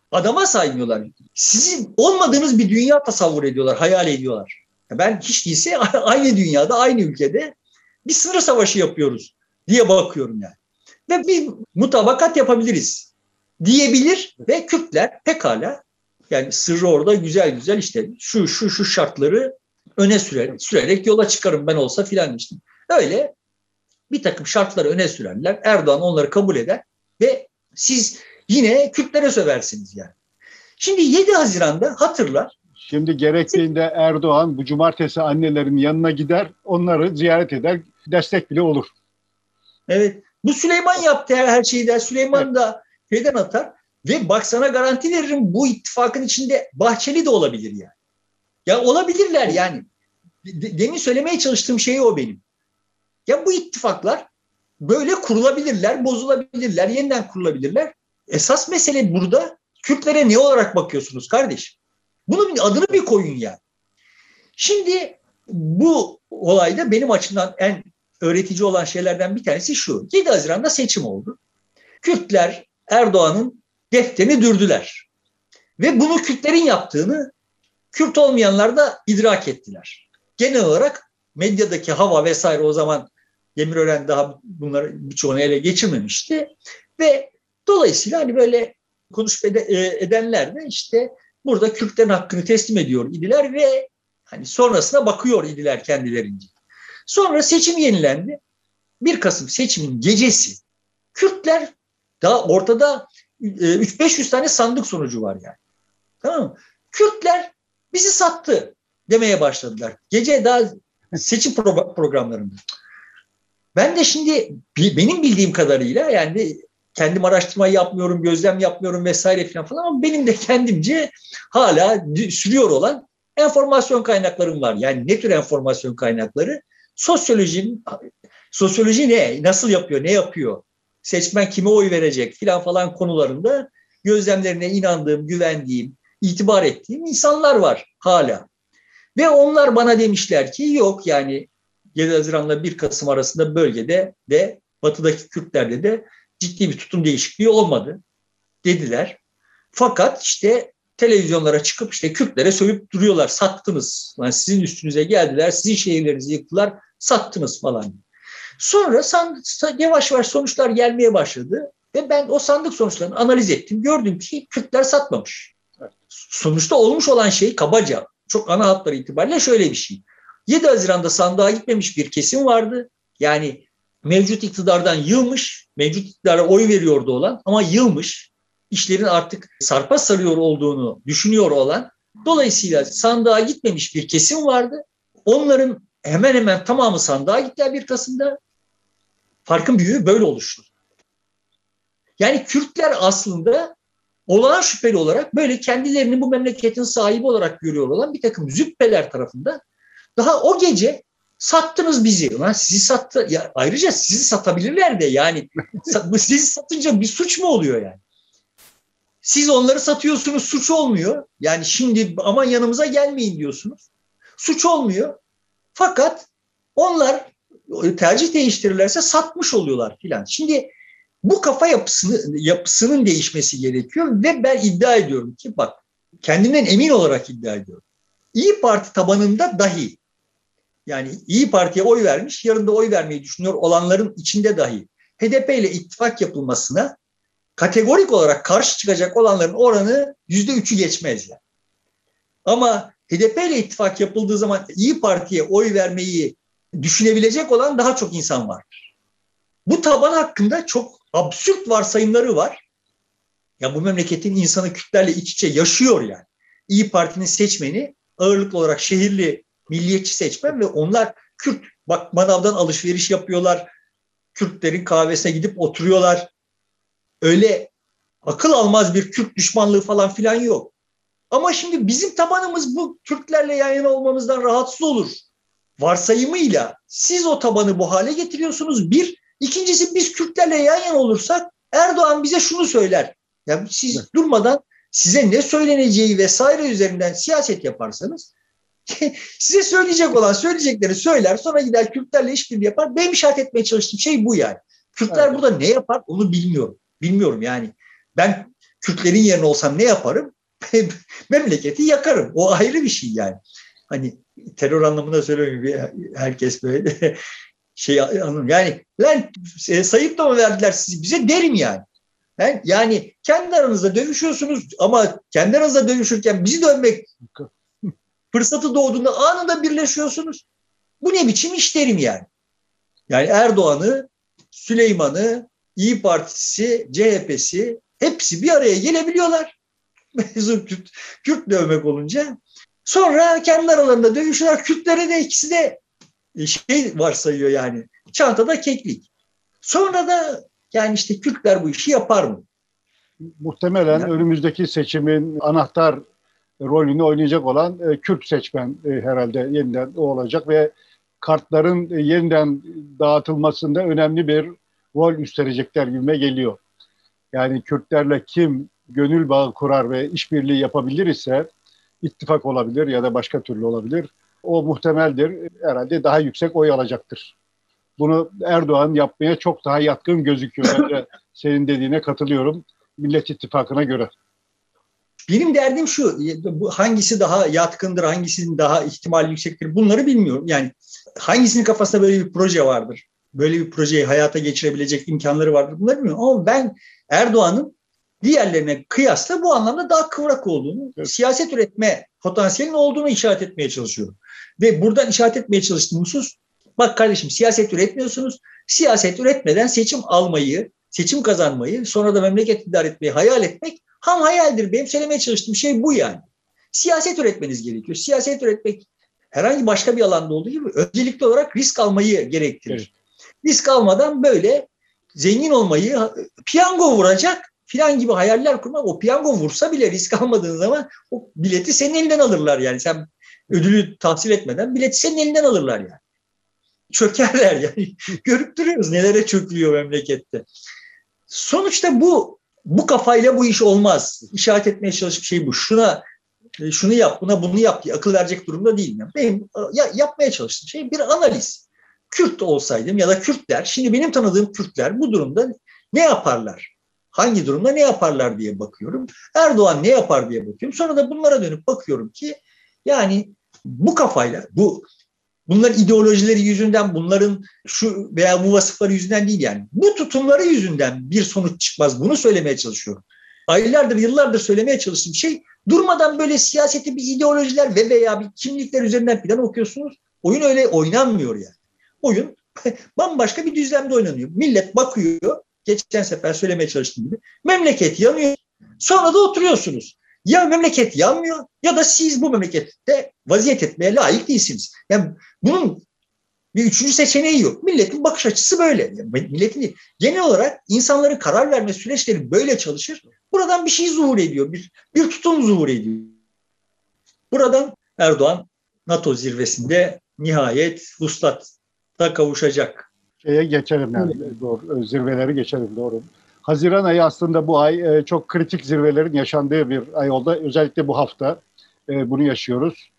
Adama saymıyorlar. Sizin olmadığınız bir dünya tasavvur ediyorlar, hayal ediyorlar. Ben hiç değilse aynı dünyada, aynı ülkede bir sınır savaşı yapıyoruz diye bakıyorum yani. Ve bir mutabakat yapabiliriz diyebilir ve Kürtler pekala, yani sırrı orada güzel güzel işte şu şartları öne sürerek yola çıkarım ben olsa filan demiştim. Öyle bir takım şartları öne sürerler. Erdoğan onları kabul eder ve siz yine Kürtlere söversiniz yani. Şimdi 7 Haziran'da hatırlar. Şimdi gerektiğinde Erdoğan bu cumartesi annelerin yanına gider, onları ziyaret eder, destek bile olur. Evet. Bu Süleyman yaptı her şeyi der. Süleyman da şeyden atar. Ve bak sana garanti veririm, bu ittifakın içinde Bahçeli de olabilir yani. Ya olabilirler yani. Demin söylemeye çalıştığım şey o benim. Ya bu ittifaklar böyle kurulabilirler, bozulabilirler, yeniden kurulabilirler. Esas mesele burada Kürtlere ne olarak bakıyorsunuz kardeşim? Bunun adını bir koyun yani. Şimdi bu olayda benim açımdan en öğretici olan şeylerden bir tanesi şu. 7 Haziran'da seçim oldu. Kürtler Erdoğan'ın defterini dürdüler. Ve bunu Kürtlerin yaptığını Kürt olmayanlar da idrak ettiler. Genel olarak medyadaki hava vesaire, o zaman Demirören daha bunları birçoğunu ele geçirmemişti. Ve dolayısıyla hani böyle konuşup edenler de işte burada Kürtlerin hakkını teslim ediyor idiler ve hani sonrasına bakıyor idiler kendilerince. Sonra seçim yenilendi. 1 Kasım seçimin gecesi Kürtler, daha ortada 300-500 tane sandık sonucu var yani. Tamam mı? Kürtler bizi sattı demeye başladılar. Gece daha seçim programlarında. Ben de şimdi benim bildiğim kadarıyla, yani kendim araştırma yapmıyorum, gözlem yapmıyorum vesaire falan ama benim de kendimce hala sürüyor olan enformasyon kaynaklarım var. Yani ne tür enformasyon kaynakları? Sosyoloji ne? Nasıl yapıyor? Ne yapıyor? Seçmen kime oy verecek falan konularında gözlemlerine inandığım, güvendiğim, itibar ettiğim insanlar var hala. Ve onlar bana demişler ki yok yani 7 Haziran'la 1 Kasım arasında bölgede de batıdaki Kürtlerde de ciddi bir tutum değişikliği olmadı dediler. Fakat işte televizyonlara çıkıp işte Kürtlere sövüp duruyorlar. Sattınız. Yani sizin üstünüze geldiler. Sizin şehirlerinizi yıktılar. Sattınız falan. Sonra yavaş yavaş sonuçlar gelmeye başladı. Ve ben o sandık sonuçlarını analiz ettim. Gördüm ki Kürtler satmamış. Sonuçta olmuş olan şey kabaca, çok ana hatları itibariyle şöyle bir şey. 7 Haziran'da sandığa gitmemiş bir kesim vardı. Yani mevcut iktidardan yılmış, mevcut iktidara oy veriyordu olan ama yılmış, işlerin artık sarpa sarıyor olduğunu düşünüyor olan, dolayısıyla sandığa gitmemiş bir kesim vardı. Onların hemen hemen tamamı sandığa gittiler 1 Kasım'da. Farkın büyüğü böyle oluştu. Yani Kürtler aslında olağan şüpheli olarak böyle kendilerini bu memleketin sahibi olarak görüyor olan bir takım züppeler tarafından daha o gece sattınız bizi. Ulan sizi sattı. Ya ayrıca sizi satabilirler de yani sizi satınca bir suç mu oluyor yani? Siz onları satıyorsunuz, suç olmuyor. Yani şimdi aman yanımıza gelmeyin diyorsunuz. Suç olmuyor. Fakat onlar tercih değiştirirlerse satmış oluyorlar filan. Şimdi bu kafa yapısının değişmesi gerekiyor ve ben iddia ediyorum ki bak, kendimden emin olarak iddia ediyorum. İYİ Parti tabanında dahi, yani İYİ Parti'ye oy vermiş, yarın da oy vermeyi düşünüyor olanların içinde dahi HDP ile ittifak yapılmasına kategorik olarak karşı çıkacak olanların oranı %3'ü geçmez yani. Ama HDP ile ittifak yapıldığı zaman İYİ Parti'ye oy vermeyi düşünebilecek olan daha çok insan vardır. Bu taban hakkında çok absürt varsayımları var. Ya bu memleketin insanı Kürtlerle iç içe yaşıyor yani. İYİ Parti'nin seçmeni ağırlıklı olarak şehirli, milliyetçi seçmen ve onlar Kürt. Bak, manavdan alışveriş yapıyorlar. Kürtlerin kahvesine gidip oturuyorlar. Öyle akıl almaz bir Kürt düşmanlığı falan filan yok. Ama şimdi bizim tabanımız bu Kürtlerle yan yana olmamızdan rahatsız olur varsayımıyla siz o tabanı bu hale getiriyorsunuz. Bir. İkincisi, biz Kürtlerle yan yana olursak Erdoğan bize şunu söyler. Yani siz durmadan size ne söyleneceği vesaire üzerinden siyaset yaparsanız size söyleyecekleri söyler, sonra gider Kürtlerle işbirliği yapar. Benim işaret etmeye çalıştığım şey bu yani. Kürtler burada ne yapar onu bilmiyorum. Bilmiyorum yani. Ben Kürtlerin yerine olsam ne yaparım? Memleketi yakarım. O ayrı bir şey yani. Hani terör anlamında söylemiyorum. Herkes böyle anlamıyor. Yani lan sayıp da mı verdiler sizi bize derim yani. Yani kendi aranızda dövüşüyorsunuz ama kendi aranızda dövüşürken bizi dövmek fırsatı doğduğunda anında birleşiyorsunuz. Bu ne biçim iş derim yani. Yani Erdoğan'ı, Süleyman'ı, İyi Partisi, CHP'si hepsi bir araya gelebiliyorlar. Kürt dövmek olunca. Sonra kendi aralarında dövüşüyorlar. Kürtlere de ikisi de varsayıyor yani. Çantada keklik. Sonra da yani işte Kürtler bu işi yapar mı? Muhtemelen Yani, önümüzdeki seçimin anahtar rolünü oynayacak olan Kürt seçmen herhalde yeniden o olacak ve kartların yeniden dağıtılmasında önemli bir rol üstlenecekler gibime geliyor. Yani Kürtlerle kim gönül bağı kurar ve işbirliği yapabilir ise ittifak olabilir ya da başka türlü olabilir. O muhtemeldir. Herhalde daha yüksek oy alacaktır. Bunu Erdoğan yapmaya çok daha yatkın gözüküyor. Ben de senin dediğine katılıyorum. Millet İttifakı'na göre. benim derdim şu, hangisi daha yatkındır, hangisinin daha ihtimal yüksektir bunları bilmiyorum. Yani hangisinin kafasında böyle bir proje vardır, böyle bir projeyi hayata geçirebilecek imkanları vardır bunları bilmiyorum. Ama ben Erdoğan'ın diğerlerine kıyasla bu anlamda daha kıvrak olduğunu, evet, siyaset üretme potansiyelinin olduğunu işaret etmeye çalışıyorum. Ve buradan işaret etmeye çalıştığım husus, bak kardeşim siyaset üretmiyorsunuz, siyaset üretmeden seçim almayı, seçim kazanmayı, sonra da memleket idare etmeyi hayal etmek ham hayaldir. Benim söylemeye çalıştığım şey bu yani. Siyaset üretmeniz gerekiyor. Siyaset üretmek herhangi başka bir alanda olduğu gibi öncelikli olarak risk almayı gerektirir. Evet. Risk almadan böyle zengin olmayı, piyango vuracak filan gibi hayaller kurmak, o piyango vursa bile risk almadığın zaman o bileti senin elinden alırlar yani. Sen ödülü tahsil etmeden bileti senin elinden alırlar yani. Çökerler yani. Görüp duruyoruz nelere çökülüyor memlekette. Sonuçta bu kafayla bu iş olmaz. İşaret etmeye çalıştığım şey bu. Şunu yap, buna bunu yap diye akıl verecek durumda değilim. Benim yapmaya çalıştığım şey bir analiz. Kürt olsaydım ya da Kürtler, şimdi benim tanıdığım Kürtler bu durumda ne yaparlar? Hangi durumda ne yaparlar diye bakıyorum. Erdoğan ne yapar diye bakıyorum. Sonra da bunlara dönüp bakıyorum ki yani bu kafayla, bunların ideolojileri yüzünden, bunların şu veya bu vasıfları yüzünden değil yani. Bu tutumları yüzünden bir sonuç çıkmaz. Bunu söylemeye çalışıyorum. Aylardır, yıllardır söylemeye çalıştığım şey, durmadan böyle siyaseti bir ideolojiler veya bir kimlikler üzerinden falan okuyorsunuz. Oyun öyle oynanmıyor yani. Oyun bambaşka bir düzlemde oynanıyor. Millet bakıyor, geçen sefer söylemeye çalıştığım gibi, memleket yanıyor. Sonra da oturuyorsunuz. Ya memleket yanmıyor ya da siz bu memlekette vaziyet etmeye layık değilsiniz. Yani bunun bir üçüncü seçeneği yok. Milletin bakış açısı böyle. Yani milletin genel olarak insanların karar verme süreçleri böyle çalışır. Buradan bir şey zuhur ediyor. Bir tutum zuhur ediyor. Buradan Erdoğan NATO zirvesinde nihayet vuslata kavuşacak. Geçelim yani. Doğru, zirveleri geçelim, doğru. Haziran ayı aslında bu ay çok kritik zirvelerin yaşandığı bir ay oldu. Özellikle bu hafta bunu yaşıyoruz.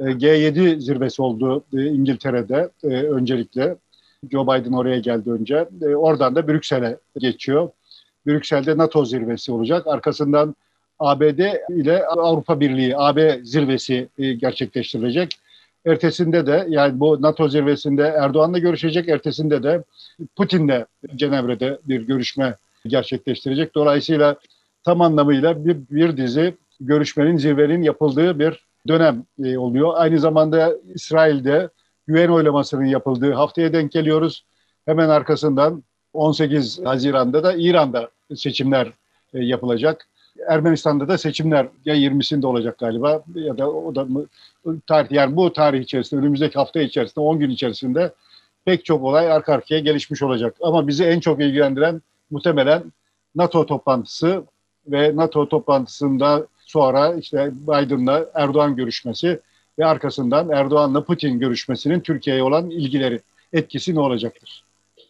G7 zirvesi oldu İngiltere'de öncelikle. Joe Biden oraya geldi önce. Oradan da Brüksel'e geçiyor. Brüksel'de NATO zirvesi olacak. Arkasından ABD ile Avrupa Birliği, AB zirvesi gerçekleştirilecek. Ertesinde de yani bu NATO zirvesinde Erdoğan'la görüşecek. Ertesinde de Putin'le Cenevre'de bir görüşme gerçekleştirecek. Dolayısıyla tam anlamıyla bir dizi görüşmenin, zirvenin yapıldığı bir dönem oluyor. Aynı zamanda İsrail'de UN oylamasının yapıldığı haftaya denk geliyoruz. Hemen arkasından 18 Haziran'da da İran'da seçimler yapılacak. Ermenistan'da da seçimler ya 20'sinde olacak galiba ya da o da tarih, yani bu tarih içerisinde, önümüzdeki hafta içerisinde, 10 gün içerisinde pek çok olay arka arkaya gelişmiş olacak. Ama bizi en çok ilgilendiren muhtemelen NATO toplantısı ve NATO toplantısında sonra işte Biden'la Erdoğan görüşmesi ve arkasından Erdoğan'la Putin görüşmesinin Türkiye'ye olan ilgileri, etkisi ne olacaktır?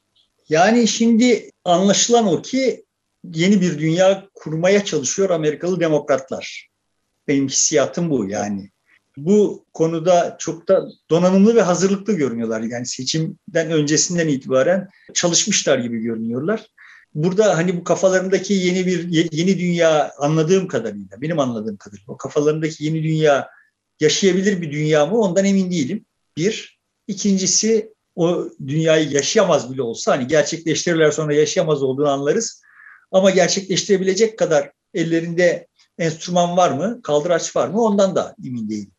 Yani şimdi anlaşılan o ki yeni bir dünya kurmaya çalışıyor Amerikalı demokratlar. Benim hissiyatım bu yani. Bu konuda çok da donanımlı ve hazırlıklı görünüyorlar. Yani seçimden öncesinden itibaren çalışmışlar gibi görünüyorlar. burada hani bu kafalarındaki yeni dünya, anladığım kadarıyla, benim anladığım kadarıyla o kafalarındaki yeni dünya yaşayabilir bir dünya mı, ondan emin değilim. Bir. İkincisi, o dünyayı yaşayamaz bile olsa, hani gerçekleştirirler sonra yaşayamaz olduğunu anlarız. Ama gerçekleştirebilecek kadar ellerinde enstrüman var mı, kaldıraç var mı, ondan da emin değilim.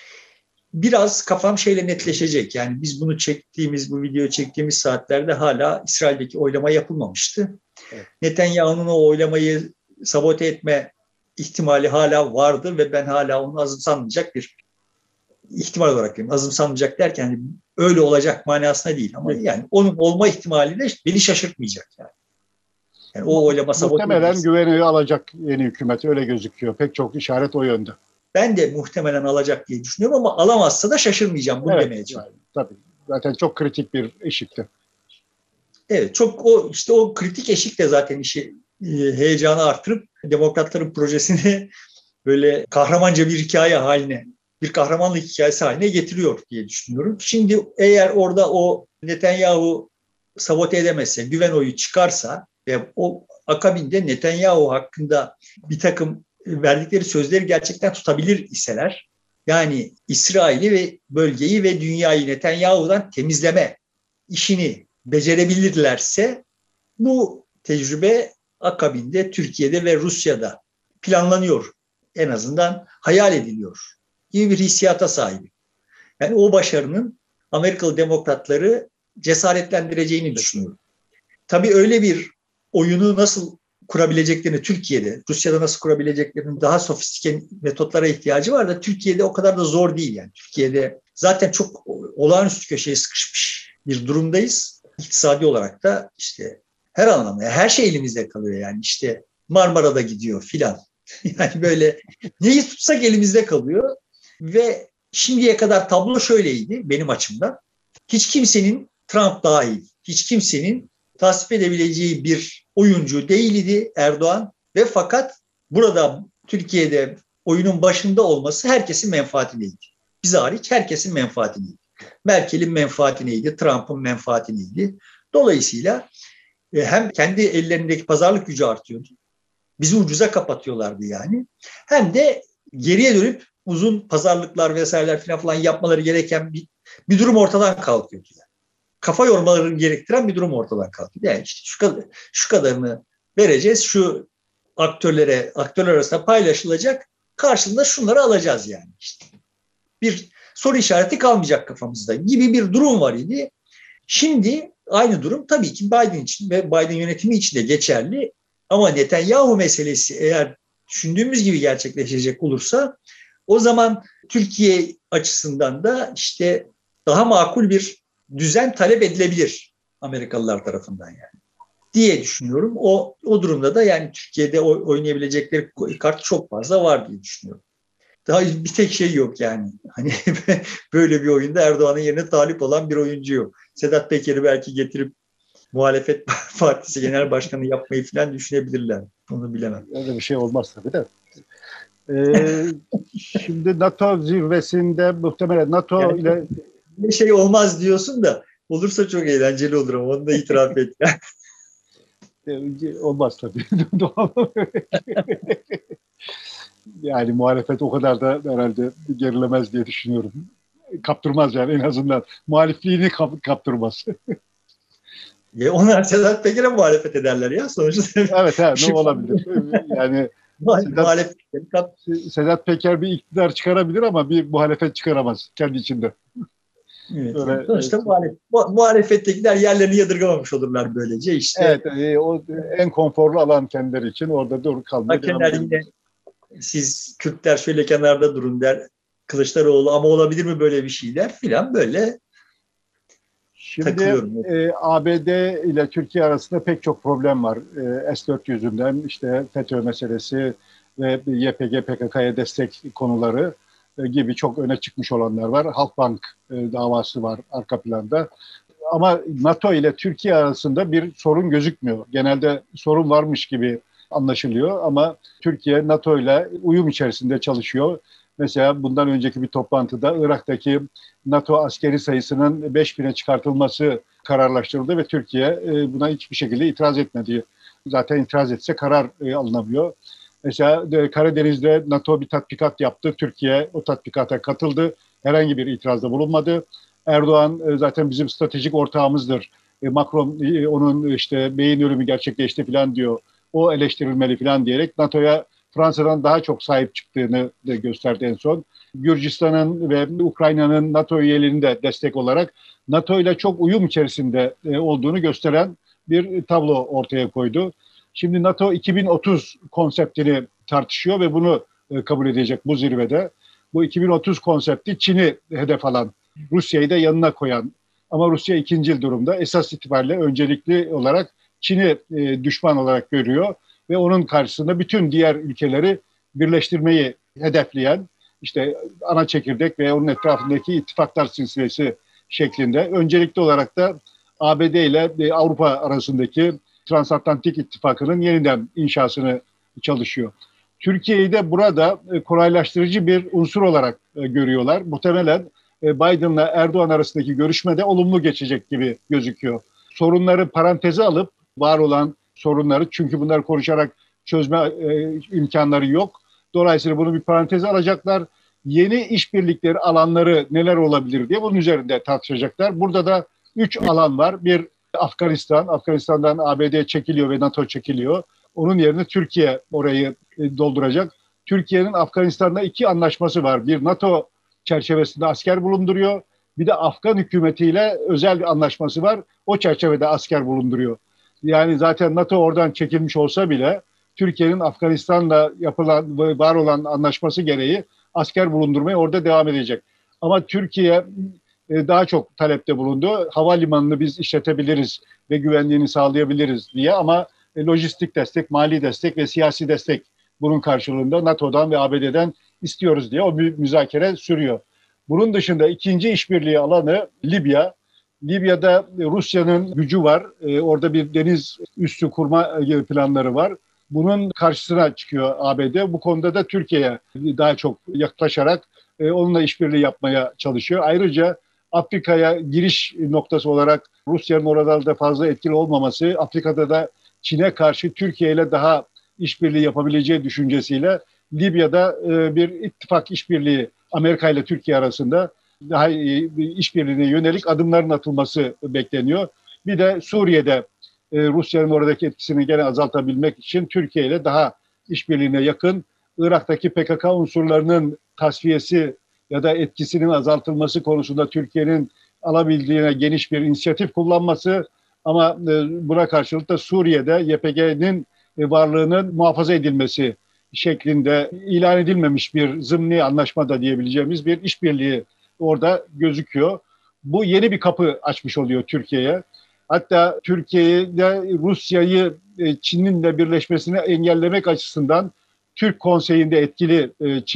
Biraz kafam şeyle netleşecek. Yani biz bunu bu videoyu çektiğimiz saatlerde hala İsrail'deki oylama yapılmamıştı. Evet. Netanyahu'nun o oylamayı sabote etme ihtimali hala vardı ve ben hala onu azımsanmayacak bir ihtimal olarak görüyorum. Azımsanmayacak derken hani öyle olacak manasına değil ama yani onun olma ihtimali de beni şaşırtmayacak yani. Yani o oylama sabote muhtemelen güveni alacak yeni hükümet, öyle gözüküyor. Pek çok işaret o yönde. Ben de muhtemelen alacak diye düşünüyorum ama alamazsa da şaşırmayacağım. Bunu demeye çalışıyorum. Tabii. Zaten çok kritik bir eşikti. Evet, çok o kritik eşik de zaten heyecanı artırıp demokratların projesini böyle kahramanca bir hikaye haline, bir kahramanlık hikayesi haline getiriyor diye düşünüyorum. Şimdi eğer orada o Netanyahu sabote edemezse, güven oyu çıkarsa ve o akabinde Netanyahu hakkında bir takım verdikleri sözleri gerçekten tutabilir iseler, yani İsrail'i ve bölgeyi ve dünyayı Netanyahu'dan temizleme işini becerebilirlerse, bu tecrübe akabinde Türkiye'de ve Rusya'da planlanıyor. En azından hayal ediliyor gibi bir hissiyata sahip. Yani o başarının Amerikalı demokratları cesaretlendireceğini düşünüyorum. Tabii öyle bir oyunu nasıl kurabileceklerini Türkiye'de, Rusya'da nasıl kurabileceklerinin daha sofistike metotlara ihtiyacı var da Türkiye'de o kadar da zor değil yani. Türkiye'de zaten çok olağanüstü köşeye sıkışmış bir durumdayız. İktisadi olarak da işte her anlamda, her şey elimizde kalıyor yani, işte Marmara'da gidiyor filan. Yani böyle neyi tutsak elimizde kalıyor ve şimdiye kadar tablo şöyleydi benim açımdan. Hiç kimsenin, Trump dahil, hiç kimsenin tasvip edebileceği bir oyuncu değildi Erdoğan ve fakat burada Türkiye'de oyunun başında olması herkesin menfaatineydi. Biz hariç herkesin menfaatineydi. Merkel'in menfaatineydi, Trump'ın menfaatineydi. Dolayısıyla hem kendi ellerindeki pazarlık gücü artıyordu. Bizi ucuza kapatıyorlardı yani. Hem de geriye dönüp uzun pazarlıklar vesaireler falan yapmaları gereken bir durum ortadan kalkıyordu yani. Kafa yormaları gerektiren bir durum ortadan kalkıyor. Yani işte şu kadarını vereceğiz, şu aktörler arasında paylaşılacak, karşılığında şunları alacağız yani. İşte bir soru işareti kalmayacak kafamızda gibi bir durum var idi. Şimdi aynı durum tabii ki Biden için ve Biden yönetimi için de geçerli. Ama Netanyahu meselesi eğer düşündüğümüz gibi gerçekleşecek olursa, o zaman Türkiye açısından da işte daha makul bir düzen talep edilebilir Amerikalılar tarafından yani diye düşünüyorum. O durumda da yani Türkiye'de oynayabilecekleri kart çok fazla var diye düşünüyorum. Daha bir tek şey yok yani. Hani böyle bir oyunda Erdoğan'ın yerine talip olan bir oyuncu yok. Sedat Peker'i belki getirip muhalefet partisi genel başkanı yapmayı falan düşünebilirler. Onu bilemem. Öyle bir şey olmaz tabii de. Şimdi NATO zirvesinde muhtemelen NATO yani, ile bir şey olmaz diyorsun da olursa çok eğlenceli olur ama onu da itiraf et. Olmaz tabii. Yani muhalefet o kadar da herhalde gerilemez diye düşünüyorum. Kaptırmaz yani, en azından muhalifliğini kaptırmaz. Onlar Sedat Peker'e muhalefet ederler ya sonuçta. Evet, ne olabilir? Yani Sedat Peker bir iktidar çıkarabilir ama bir muhalefet çıkaramaz kendi içinde. Evet, öyle, sonuçta muhalefettekiler yerlerini yadırgamamış olurlar böylece işte. Evet, o en konforlu alan kendileri için, orada kalmaya devam ediyor. Siz Kürtler şöyle kenarda durun der Kılıçdaroğlu, ama olabilir mi böyle bir şey der filan, böyle. Şimdi ABD ile Türkiye arasında pek çok problem var. S-400'ünden işte FETÖ meselesi ve YPG, PKK'ya destek konuları gibi çok öne çıkmış olanlar var. Halkbank davası var arka planda. Ama NATO ile Türkiye arasında bir sorun gözükmüyor. Genelde sorun varmış gibi anlaşılıyor ama Türkiye NATO ile uyum içerisinde çalışıyor. Mesela bundan önceki bir toplantıda Irak'taki NATO askeri sayısının 5.000'e çıkartılması kararlaştırıldı ve Türkiye buna hiçbir şekilde itiraz etmediği zaten itiraz etse karar alınamıyor. Mesela Karadeniz'de NATO bir tatbikat yaptı. Türkiye o tatbikata katıldı. Herhangi bir itirazda bulunmadı. Erdoğan zaten bizim stratejik ortağımızdır. Macron onun işte beyin ölümü gerçekleşti falan diyor. O eleştirilmeli falan diyerek NATO'ya Fransa'dan daha çok sahip çıktığını da gösterdi en son. Gürcistan'ın ve Ukrayna'nın NATO üyeliğini de destek olarak NATO ile çok uyum içerisinde olduğunu gösteren bir tablo ortaya koydu. Şimdi NATO 2030 konseptini tartışıyor ve bunu kabul edecek bu zirvede. Bu 2030 konsepti Çin'i hedef alan, Rusya'yı da yanına koyan ama Rusya ikincil durumda. Esas itibariyle öncelikli olarak Çin'i düşman olarak görüyor ve onun karşısında bütün diğer ülkeleri birleştirmeyi hedefleyen işte ana çekirdek ve onun etrafındaki ittifaklar silsilesi şeklinde. Öncelikli olarak da ABD ile Avrupa arasındaki Transatlantik İttifakı'nın yeniden inşasını çalışıyor. Türkiye'yi de burada kolaylaştırıcı bir unsur olarak görüyorlar. Muhtemelen Biden'la Erdoğan arasındaki görüşme de olumlu geçecek gibi gözüküyor. Sorunları paranteze alıp var olan sorunları, çünkü bunları konuşarak çözme imkanları yok. Dolayısıyla bunu bir paranteze alacaklar. Yeni işbirlikleri alanları neler olabilir diye bunun üzerinde tartışacaklar. Burada da 3 alan var. Bir Afganistan. Afganistan'dan ABD çekiliyor ve NATO çekiliyor. Onun yerine Türkiye orayı dolduracak. Türkiye'nin Afganistan'da 2 anlaşması var. Bir NATO çerçevesinde asker bulunduruyor. Bir de Afgan hükümetiyle özel bir anlaşması var. O çerçevede asker bulunduruyor. Yani zaten NATO oradan çekilmiş olsa bile Türkiye'nin Afganistan'la yapılan, var olan anlaşması gereği asker bulundurmaya orada devam edecek. Ama Türkiye daha çok talepte bulundu. Havalimanını biz işletebiliriz ve güvenliğini sağlayabiliriz diye, ama lojistik destek, mali destek ve siyasi destek bunun karşılığında NATO'dan ve ABD'den istiyoruz diye o müzakere sürüyor. Bunun dışında ikinci işbirliği alanı Libya. Libya'da Rusya'nın gücü var. Orada bir deniz üssü kurma planları var. Bunun karşısına çıkıyor ABD. Bu konuda da Türkiye'ye daha çok yaklaşarak onunla işbirliği yapmaya çalışıyor. Ayrıca Afrika'ya giriş noktası olarak Rusya'nın orada da fazla etkili olmaması, Afrika'da da Çin'e karşı Türkiye ile daha işbirliği yapabileceği düşüncesiyle Libya'da bir ittifak işbirliği Amerika ile Türkiye arasında daha işbirliğine yönelik adımların atılması bekleniyor. Bir de Suriye'de Rusya'nın oradaki etkisini gene azaltabilmek için Türkiye ile daha işbirliğine yakın, Irak'taki PKK unsurlarının tasfiyesi ya da etkisinin azaltılması konusunda Türkiye'nin alabildiğine geniş bir inisiyatif kullanması, ama buna karşılık da Suriye'de YPG'nin varlığının muhafaza edilmesi şeklinde ilan edilmemiş bir zımni anlaşmada diyebileceğimiz bir işbirliği orada gözüküyor. Bu yeni bir kapı açmış oluyor Türkiye'ye. Hatta Türkiye'de Rusya'yı Çin'in de birleşmesini engellemek açısından Türk Konseyi'nde etkili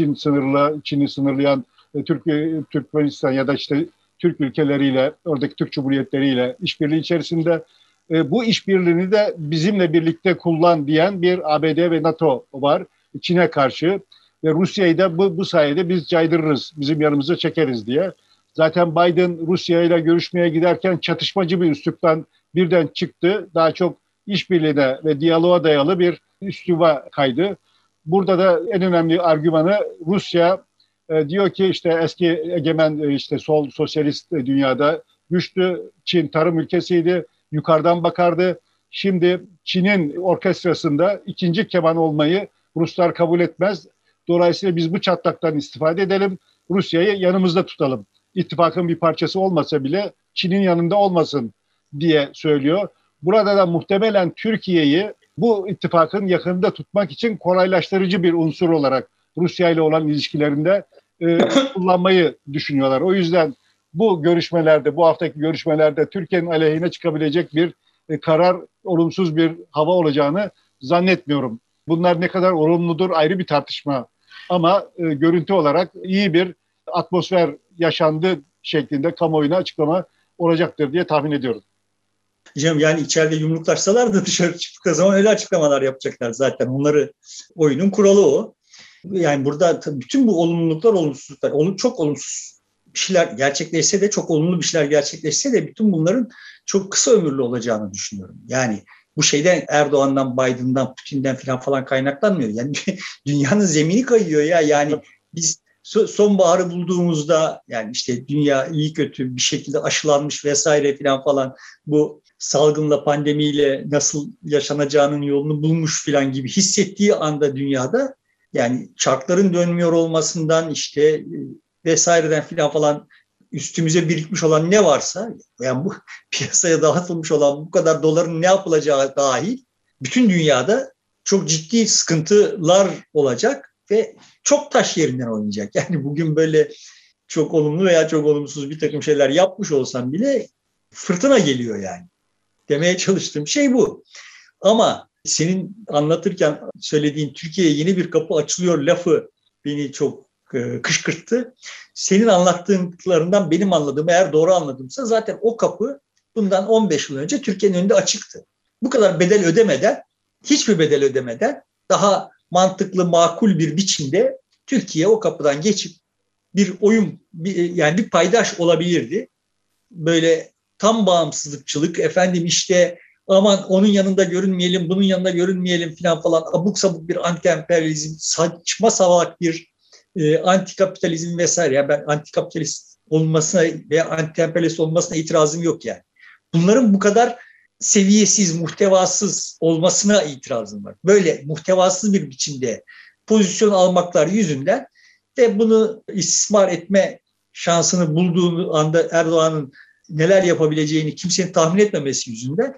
Çin'i sınırlayan Türkmenistan ya da işte Türk ülkeleriyle, oradaki Türk Cumhuriyetleriyle işbirliği içerisinde, bu işbirliğini de bizimle birlikte kullan diyen bir ABD ve NATO var Çin'e karşı ve Rusya'yı da bu sayede biz caydırırız, bizim yanımıza çekeriz diye. Zaten Biden Rusya ile görüşmeye giderken çatışmacı bir üsluptan birden çıktı. Daha çok işbirliğine ve diyaloğa dayalı bir üsluba kaydı. Burada da en önemli argümanı Rusya diyor ki işte eski egemen işte sol sosyalist dünyada güçlü, Çin tarım ülkesiydi, yukarıdan bakardı. Şimdi Çin'in orkestrasında ikinci keman olmayı Ruslar kabul etmez. Dolayısıyla biz bu çatlaktan istifade edelim, Rusya'yı yanımızda tutalım. İttifakın bir parçası olmasa bile Çin'in yanında olmasın diye söylüyor. Burada da muhtemelen Türkiye'yi bu ittifakın yakınında tutmak için kolaylaştırıcı bir unsur olarak Rusya ile olan ilişkilerinde kullanmayı düşünüyorlar. O yüzden bu görüşmelerde, bu haftaki görüşmelerde Türkiye'nin aleyhine çıkabilecek bir karar, olumsuz bir hava olacağını zannetmiyorum. Bunlar ne kadar olumludur ayrı bir tartışma. Ama görüntü olarak iyi bir atmosfer yaşandı şeklinde kamuoyuna açıklama olacaktır diye tahmin ediyorum. Hocam yani içeride yumruklaşsalar da dışarı çıktıkları zaman öyle açıklamalar yapacaklar zaten. Onları, oyunun kuralı o. Yani burada bütün bu olumluluklar, olumsuzluklar, çok olumsuz bir şeyler gerçekleşse de, çok olumlu bir şeyler gerçekleşse de bütün bunların çok kısa ömürlü olacağını düşünüyorum. Yani Bu şeyden Erdoğan'dan, Biden'dan, Putin'den falan kaynaklanmıyor. Yani dünyanın zemini kayıyor ya. Yani biz sonbaharı bulduğumuzda yani işte dünya iyi kötü bir şekilde aşılanmış vesaire falan bu salgınla pandemiyle nasıl yaşanacağının yolunu bulmuş gibi hissettiği anda dünyada yani çarkların dönmüyor olmasından işte vesaireden falan üstümüze birikmiş olan ne varsa yani bu piyasaya dağıtılmış olan bu kadar doların ne yapılacağı dahil bütün dünyada çok ciddi sıkıntılar olacak ve çok taş yerinden oynayacak. Yani bugün böyle çok olumlu veya çok olumsuz bir takım şeyler yapmış olsam bile fırtına geliyor yani. Demeye çalıştığım şey bu. Ama senin anlatırken söylediğin Türkiye'ye yeni bir kapı açılıyor lafı beni çok kışkırttı. Senin anlattıklarından benim anladığım, eğer doğru anladımsa zaten o kapı bundan 15 yıl önce Türkiye'nin önünde açıktı. Bu kadar bedel ödemeden, hiçbir bedel ödemeden daha mantıklı, makul bir biçimde Türkiye o kapıdan geçip bir oyun, yani bir paydaş olabilirdi. Böyle tam bağımsızlıkçılık, efendim işte aman onun yanında görünmeyelim, bunun yanında görünmeyelim falan abuk sabuk bir anti-emperyalizm, saçma salak bir anti-kapitalizm vesaire. Yani ben anti-kapitalist olmasına veya anti-emperyalist olmasına itirazım yok yani. Bunların bu kadar seviyesiz, muhtevasız olmasına itirazım var. Böyle muhtevasız bir biçimde pozisyon almaklar yüzünden ve bunu istismar etme şansını bulduğu anda Erdoğan'ın neler yapabileceğini kimsenin tahmin etmemesi yüzünden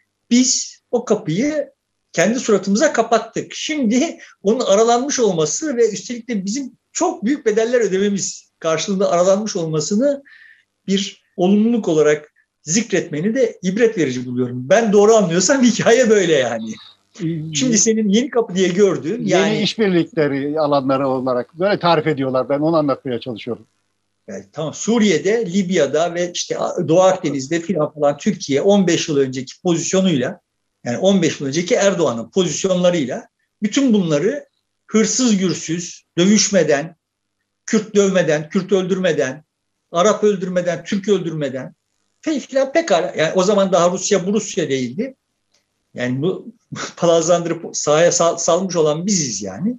biz o kapıyı kendi suratımıza kapattık. Şimdi onun aralanmış olması ve üstelik de bizim çok büyük bedeller ödememiz karşılığında aralanmış olmasını bir olumluluk olarak zikretmeni de ibret verici buluyorum. Ben doğru anlıyorsam hikaye böyle yani. Şimdi senin yeni kapı diye gördüğün yeni işbirlikleri alanları olarak böyle tarif ediyorlar. Ben onu anlatmaya çalışıyorum. Yani, tamam, Suriye'de, Libya'da ve işte Doğu Akdeniz'de falan Türkiye 15 yıl önceki pozisyonuyla yani 15 yıl önceki Erdoğan'ın pozisyonlarıyla bütün bunları hırsız gürsüz, dövüşmeden, Kürt dövmeden, Kürt öldürmeden, Arap öldürmeden, Türk öldürmeden falan pekala. Yani o zaman daha Rusya bu Rusya değildi. Yani bu palazlandırıp sahaya salmış olan biziz yani.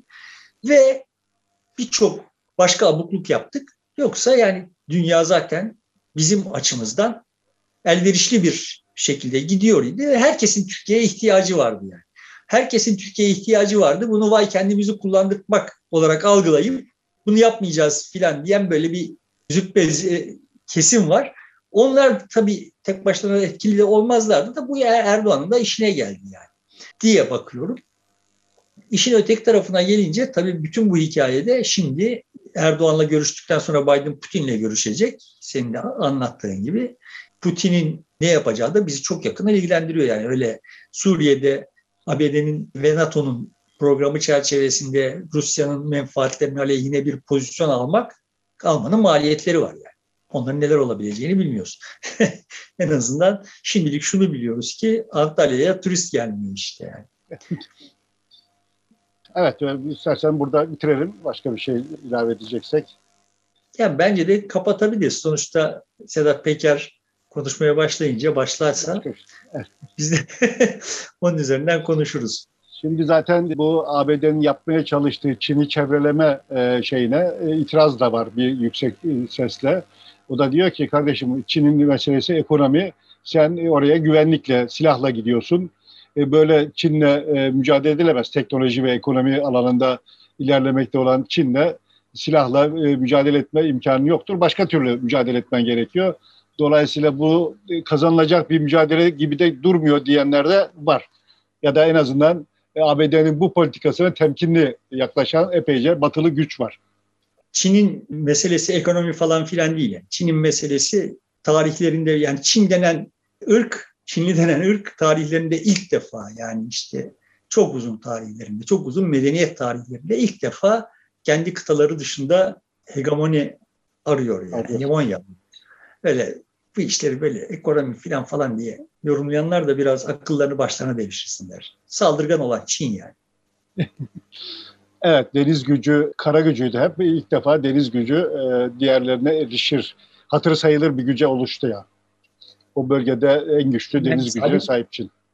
Ve birçok başka abukluk yaptık. Yoksa yani dünya zaten bizim açımızdan elverişli bir şekilde gidiyor idi. Herkesin Türkiye'ye ihtiyacı vardı yani. Herkesin Türkiye'ye ihtiyacı vardı. Bunu vay kendimizi kullandırmak olarak algılayıp bunu yapmayacağız filan diyen böyle bir züppez kesim var. Onlar tabii tek başlarına etkili de olmazlardı da bu Erdoğan'ın da işine geldi yani diye bakıyorum. İşin öteki tarafına gelince tabii bütün bu hikayede şimdi Erdoğan'la görüştükten sonra Biden Putin'le görüşecek. Senin de anlattığın gibi Putin'in ne yapacağı da bizi çok yakından ilgilendiriyor. Yani öyle Suriye'de ABD'nin ve NATO'nun programı çerçevesinde Rusya'nın menfaatlerine aleyhine bir pozisyon almanın maliyetleri var yani. Onların neler olabileceğini bilmiyoruz. En azından şimdilik şunu biliyoruz ki Antalya'ya turist gelmiyor işte yani. Evet, istersen burada bitirelim. Başka bir şey ilave edeceksek. Yani bence de kapatabiliriz. Sonuçta Sedat Peker konuşmaya başlarsa evet, biz de onun üzerinden konuşuruz. Şimdi zaten bu ABD'nin yapmaya çalıştığı Çin'i çevreleme şeyine itiraz da var bir yüksek sesle. O da diyor ki kardeşim Çin'in meselesi ekonomi. Sen oraya güvenlikle, silahla gidiyorsun. Böyle Çin'le mücadele edilemez. Teknoloji ve ekonomi alanında ilerlemekte olan Çin'le silahla mücadele etme imkanı yoktur. Başka türlü mücadele etmen gerekiyor. Dolayısıyla bu kazanılacak bir mücadele gibi de durmuyor diyenler de var. Ya da en azından ABD'nin bu politikasına temkinli yaklaşan epeyce batılı güç var. Çin'in meselesi ekonomi falan filan değil. Çin'in meselesi tarihlerinde yani Çinli denen ırk tarihlerinde ilk defa yani işte çok uzun tarihlerinde, çok uzun medeniyet tarihlerinde ilk defa kendi kıtaları dışında hegemoni arıyor yani. Hegemonya. Böyle bu işleri böyle ekonomi falan diye yorumlayanlar da biraz akıllarını başlarına devşirsinler. Saldırgan olan Çin yani. Evet, deniz gücü, kara gücüydü hep. İlk defa deniz gücü diğerlerine erişir. Hatırı sayılır bir güce oluştu ya. O bölgede en güçlü deniz gücüne sahip Çin.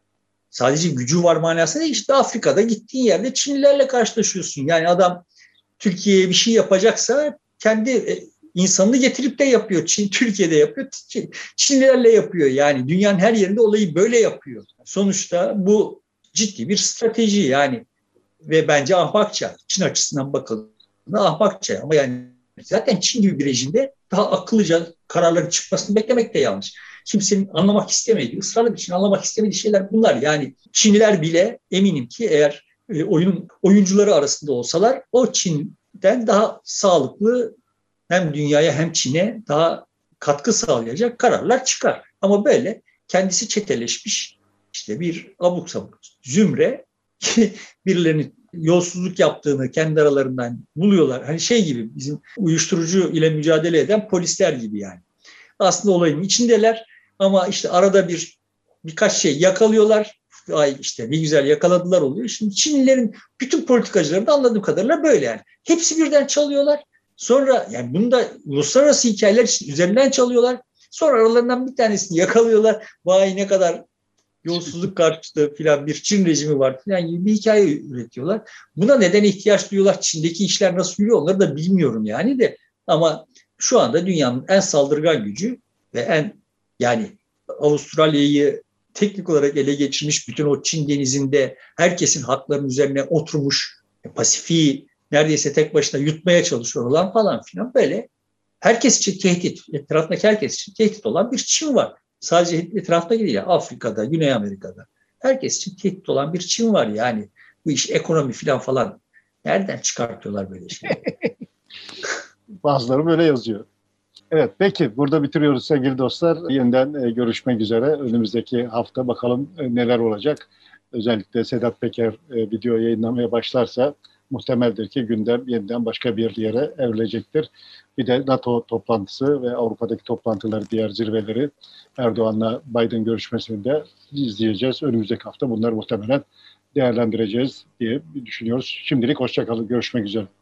sadece gücü var manasında değil. İşte Afrika'da gittiğin yerde Çinlilerle karşılaşıyorsun. Yani adam Türkiye'ye bir şey yapacaksa kendi insanını getirip de yapıyor. Çin Türkiye'de yapıyor, Çinlilerle yapıyor. Yani dünyanın her yerinde olayı böyle yapıyor. Sonuçta bu ciddi bir strateji yani ve bence ahmakça. Çin açısından bakıldığında ahmakça. Ama yani zaten Çin gibi bir rejimde daha akıllıca kararların çıkmasını beklemek de yanlış. Kimsenin anlamak istemediği, ısrarlı bir için anlamak istemediği şeyler bunlar. Yani Çinliler bile eminim ki eğer oyuncuları arasında olsalar o Çin'den daha sağlıklı hem dünyaya hem Çin'e daha katkı sağlayacak kararlar çıkar. Ama böyle kendisi çeteleşmiş işte bir abuk sabuk zümre birilerinin yolsuzluk yaptığını kendi aralarından buluyorlar. Hani şey gibi bizim uyuşturucu ile mücadele eden polisler gibi yani. Aslında olayın içindeler ama işte arada birkaç şey yakalıyorlar. Ay işte bir güzel yakaladılar oluyor. Şimdi Çinlilerin bütün politikacıları da anladığım kadarıyla böyle yani. Hepsi birden çalıyorlar. Sonra yani bunu da uluslararası hikayeler üzerinden çalıyorlar. Sonra aralarından bir tanesini yakalıyorlar. Vay ne kadar yolsuzluk karşıtı filan bir Çin rejimi var filan gibi bir hikaye üretiyorlar. Buna neden ihtiyaç duyuyorlar? Çin'deki işler nasıl yürüyor onları da bilmiyorum yani de. Ama şu anda dünyanın en saldırgan gücü ve yani Avustralya'yı teknik olarak ele geçirmiş bütün o Çin denizinde herkesin haklarının üzerine oturmuş Pasifik'i neredeyse tek başına yutmaya çalışıyor olan falan filan böyle herkes için tehdit, etrafındaki herkes için tehdit olan bir Çin var. Sadece etrafta değil ya Afrika'da, Güney Amerika'da. Herkes için tehdit olan bir Çin var yani. Bu iş ekonomi falan nereden çıkartıyorlar böyle şeyleri? Bazıları böyle yazıyor. Evet, peki burada bitiriyoruz sevgili dostlar. Yeniden görüşmek üzere. Önümüzdeki hafta bakalım neler olacak. Özellikle Sedat Peker video yayınlamaya başlarsa muhtemeldir ki gündem yeniden başka bir yere evrilecektir. Bir de NATO toplantısı ve Avrupa'daki toplantıları, diğer zirveleri Erdoğan'la Biden görüşmesini de izleyeceğiz. Önümüzdeki hafta bunları muhtemelen değerlendireceğiz diye düşünüyoruz. Şimdilik hoşça kalın. Görüşmek üzere.